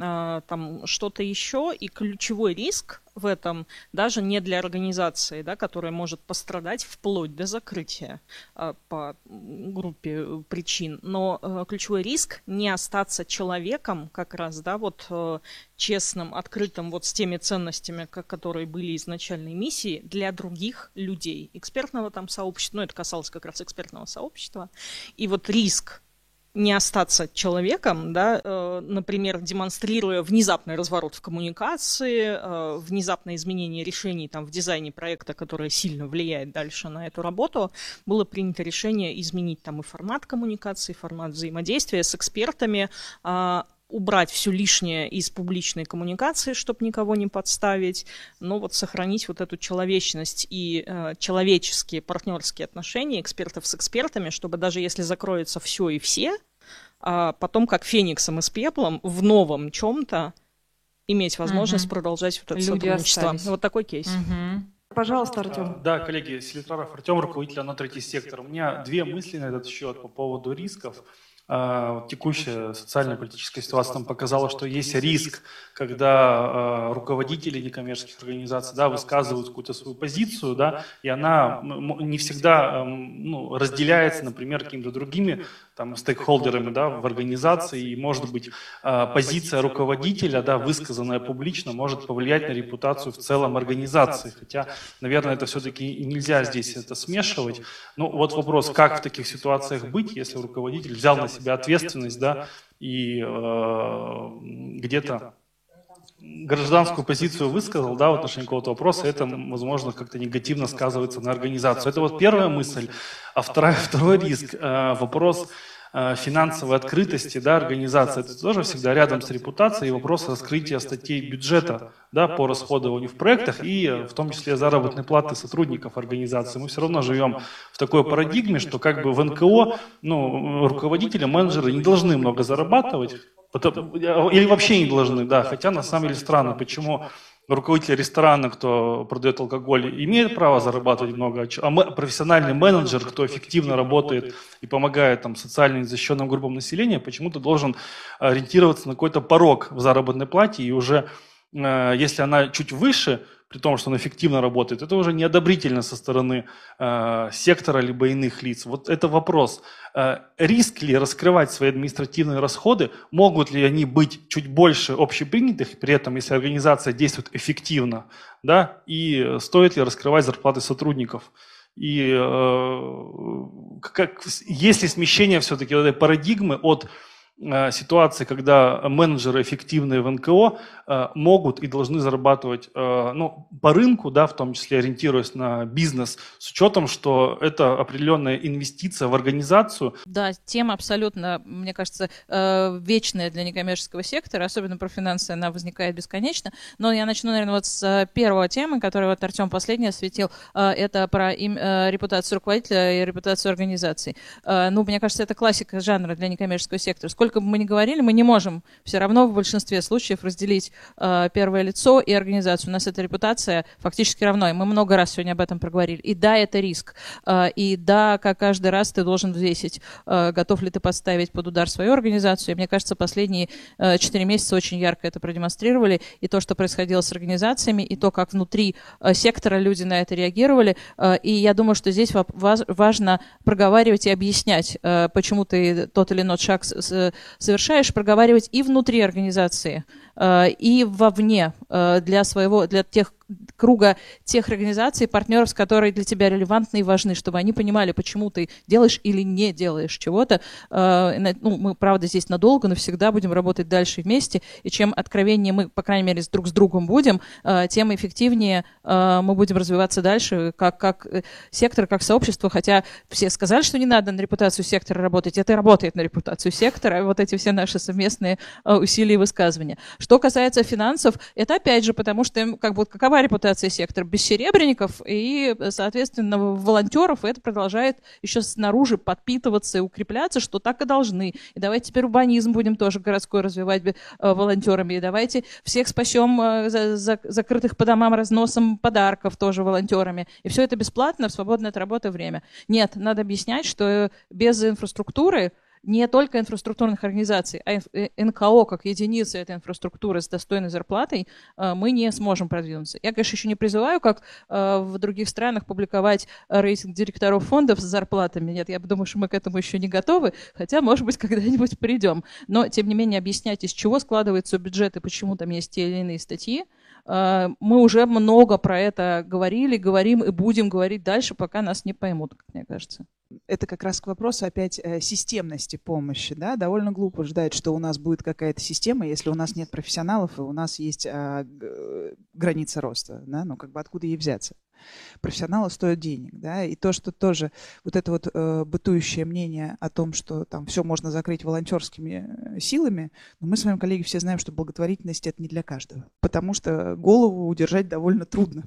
там что-то еще, и ключевой риск в этом даже не для организации, да, которая может пострадать вплоть до закрытия по группе причин, но ключевой риск не остаться человеком как раз, да, вот честным, открытым вот с теми ценностями, которые были изначальной миссии для других людей, экспертного там сообщества, это касалось как раз экспертного сообщества, и вот риск не остаться человеком, да, например, демонстрируя внезапный разворот в коммуникации, внезапное изменение решений там, в дизайне проекта, которое сильно влияет дальше на эту работу, было принято решение изменить там и формат коммуникации, формат взаимодействия с экспертами, убрать все лишнее из публичной коммуникации, чтобы никого не подставить, но вот сохранить вот эту человечность и человеческие партнерские отношения экспертов с экспертами, чтобы даже если закроется все и все, потом как фениксом из пеплом в новом чем-то иметь возможность продолжать вот это сотрудничество. Вот такой кейс. Пожалуйста, Артем. Да, коллеги, Селитраров Артем, руководитель ОНО «Третий сектор». У меня две мысли на этот счет по поводу рисков. Текущая социально-политическая ситуация нам показала, что есть риск, когда руководители некоммерческих организаций, да, высказывают какую-то свою позицию, да, и она не всегда разделяется, например, какими-то другими там, стейкхолдерами, да, в организации, и, может быть, позиция руководителя, да, высказанная публично, может повлиять на репутацию в целом организации, хотя, наверное, это все-таки нельзя здесь это смешивать. Ну, вот вопрос, как в таких ситуациях быть, если руководитель взял на себя себя ответственность, да, и где-то гражданскую позицию высказал, да, в отношении какого-то вопроса, это, возможно, как-то негативно сказывается на организацию. Это вот первая мысль. А второй риск, вопрос финансовой открытости, да, организации. Это тоже всегда рядом с репутацией, и вопрос раскрытия статей бюджета, да, по расходованию в проектах и в том числе заработной платы сотрудников организации. Мы все равно живем в такой парадигме, что как бы в НКО, ну, руководители, менеджеры не должны много зарабатывать, или вообще не должны, да, хотя на самом деле странно, почему руководитель ресторана, кто продает алкоголь, имеет право зарабатывать много, а профессиональный менеджер, кто эффективно работает и помогает там, социально незащищенным группам населения, почему-то должен ориентироваться на какой-то порог в заработной плате, и уже если она чуть выше, при том, что он эффективно работает, это уже неодобрительно со стороны сектора либо иных лиц. Вот это вопрос. Риск ли раскрывать свои административные расходы, могут ли они быть чуть больше общепринятых, при этом если организация действует эффективно, да, и стоит ли раскрывать зарплаты сотрудников? И есть ли смещение все-таки этой парадигмы от ситуации, когда менеджеры эффективные в НКО могут и должны зарабатывать ну, по рынку, да, в том числе ориентируясь на бизнес, с учетом, что это определенная инвестиция в организацию. Да, тема абсолютно, мне кажется, вечная для некоммерческого сектора, особенно про финансы, она возникает бесконечно. Но я начну, наверное, вот с первой темы, которую вот Артем последний осветил, это про репутацию руководителя и репутацию организации. Ну, мне кажется, это классика жанра для некоммерческого сектора. Сколько бы мы ни говорили, мы не можем все равно в большинстве случаев разделить первое лицо и организацию. У нас эта репутация фактически равно, и мы много раз сегодня об этом проговорили. И да, это риск. И да, как каждый раз ты должен взвесить, готов ли ты подставить под удар свою организацию. И мне кажется, последние 4 месяца очень ярко это продемонстрировали. И то, что происходило с организациями, и то, как внутри сектора люди на это реагировали. И я думаю, что здесь важно проговаривать и объяснять, почему ты тот или иной шаг совершаешь, проговаривать и внутри организации, и вовне для круга тех организаций, партнеров, которые для тебя релевантны и важны, чтобы они понимали, почему ты делаешь или не делаешь чего-то. Ну, мы, правда, здесь надолго, но всегда будем работать дальше вместе, и чем откровеннее мы, по крайней мере, друг с другом будем, тем эффективнее мы будем развиваться дальше, как сектор, как сообщество, хотя все сказали, что не надо на репутацию сектора работать, это работает на репутацию сектора, вот эти все наши совместные усилия и высказывания. Что касается финансов, это опять же потому, что какова репутация сектора? Бессеребренников и, соответственно, волонтеров, и это продолжает еще снаружи подпитываться и укрепляться, что так и должны. И давайте теперь урбанизм будем тоже городской развивать волонтерами, и давайте всех спасем закрытых по домам разносом подарков тоже волонтерами. И все это бесплатно в свободное от работы время. Нет, надо объяснять, что без инфраструктуры, не только инфраструктурных организаций, а НКО как единица этой инфраструктуры с достойной зарплатой, мы не сможем продвинуться. Я, конечно, еще не призываю, как в других странах, публиковать рейтинг директоров фондов с зарплатами. Нет, я думаю, что мы к этому еще не готовы, хотя, может быть, когда-нибудь придем. Но, тем не менее, объяснять, из чего складывается бюджет и почему там есть те или иные статьи. Мы уже много про это говорили, говорим и будем говорить дальше, пока нас не поймут, как мне кажется. Это как раз к вопросу опять системности помощи. Да? Довольно глупо ждать, что у нас будет какая-то система, если у нас нет профессионалов и у нас есть граница роста. Да? Ну, как бы откуда ей взяться? Профессионалы стоят денег, да, и то, что тоже вот это вот бытующее мнение о том, что там все можно закрыть волонтерскими силами, но мы с вами, коллеги, все знаем, что благотворительность это не для каждого, потому что голову удержать довольно трудно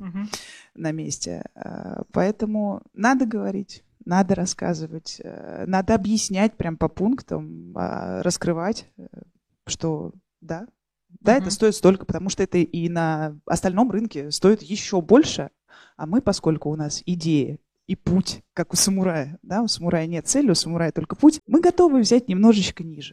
на месте, поэтому надо говорить. Надо рассказывать, надо объяснять прям по пунктам, раскрывать, что да, это стоит столько, потому что это и на остальном рынке стоит еще больше, а мы, поскольку у нас идея и путь, как у самурая, да, у самурая нет цели, у самурая только путь, мы готовы взять немножечко ниже.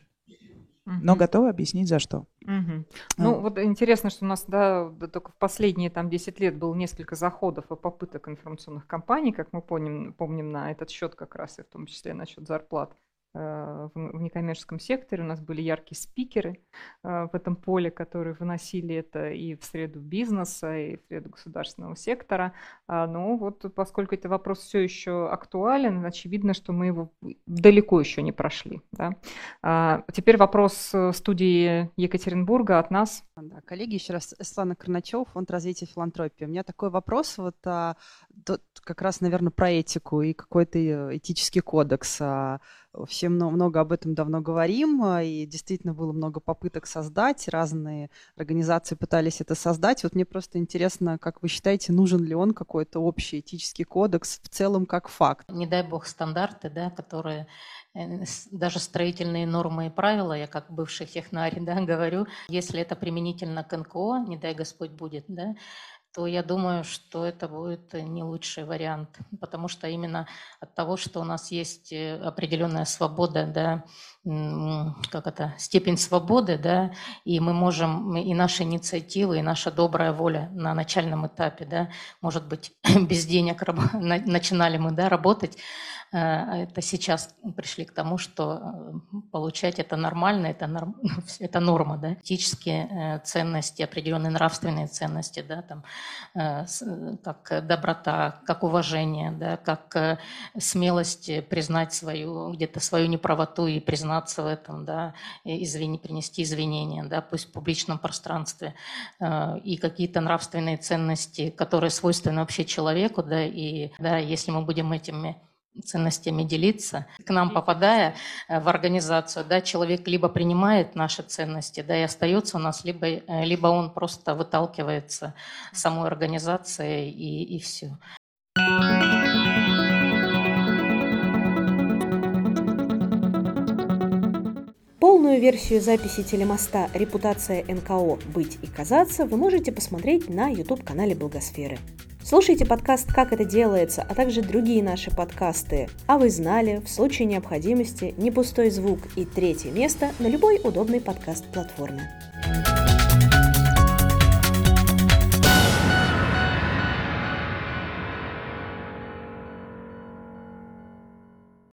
Но готовы объяснить, за что. Ну, вот интересно, что у нас только в последние 10 лет было несколько заходов и попыток информационных кампаний, как мы помним на этот счет как раз, и в том числе насчет зарплат. в некоммерческом секторе. У нас были яркие спикеры в этом поле, которые выносили это и в среду бизнеса, и в среду государственного сектора. Но вот поскольку этот вопрос все еще актуален, очевидно, что мы его далеко еще не прошли. Да? Теперь вопрос студии Екатеринбурга от нас. Да, коллеги, еще раз, Светлана Карначева, Фонд развития филантропии. У меня такой вопрос, вот как раз, наверное, про этику и какой-то этический кодекс. Все много об этом давно говорим, и действительно было много попыток создать, разные организации пытались это создать. Вот мне просто интересно, как вы считаете, нужен ли он какой-то общий этический кодекс в целом как факт? Не дай бог стандарты, да, которые даже строительные нормы и правила, я как бывший технарь, да, говорю, если это применительно к НКО, не дай Господь будет, да, то я думаю, что это будет не лучший вариант, потому что именно от того, что у нас есть определенная свобода, да, степень свободы, да, и мы можем, и наши инициативы, и наша добрая воля на начальном этапе, да, может быть, без денег начинали мы, да, работать, это сейчас пришли к тому, что получать это нормально, это норма, да, этические ценности, определенные нравственные ценности, да, там, как доброта, как уважение, да, как смелость признать где-то свою неправоту и признаться в этом, да, принести извинения, да, пусть в публичном пространстве, и какие-то нравственные ценности, которые свойственны вообще человеку, да, и да, если мы будем этими ценностями делиться. К нам попадая в организацию, да, человек либо принимает наши ценности, да, и остается у нас, либо он просто выталкивается самой организацией и все. Полную версию записи телемоста «Репутация НКО. Быть и казаться» вы можете посмотреть на YouTube-канале Благосферы. Слушайте подкаст «Как это делается», а также другие наши подкасты «А вы знали?», «В случае необходимости», «Не пустой звук» и «Третье место» на любой удобной подкаст-платформе.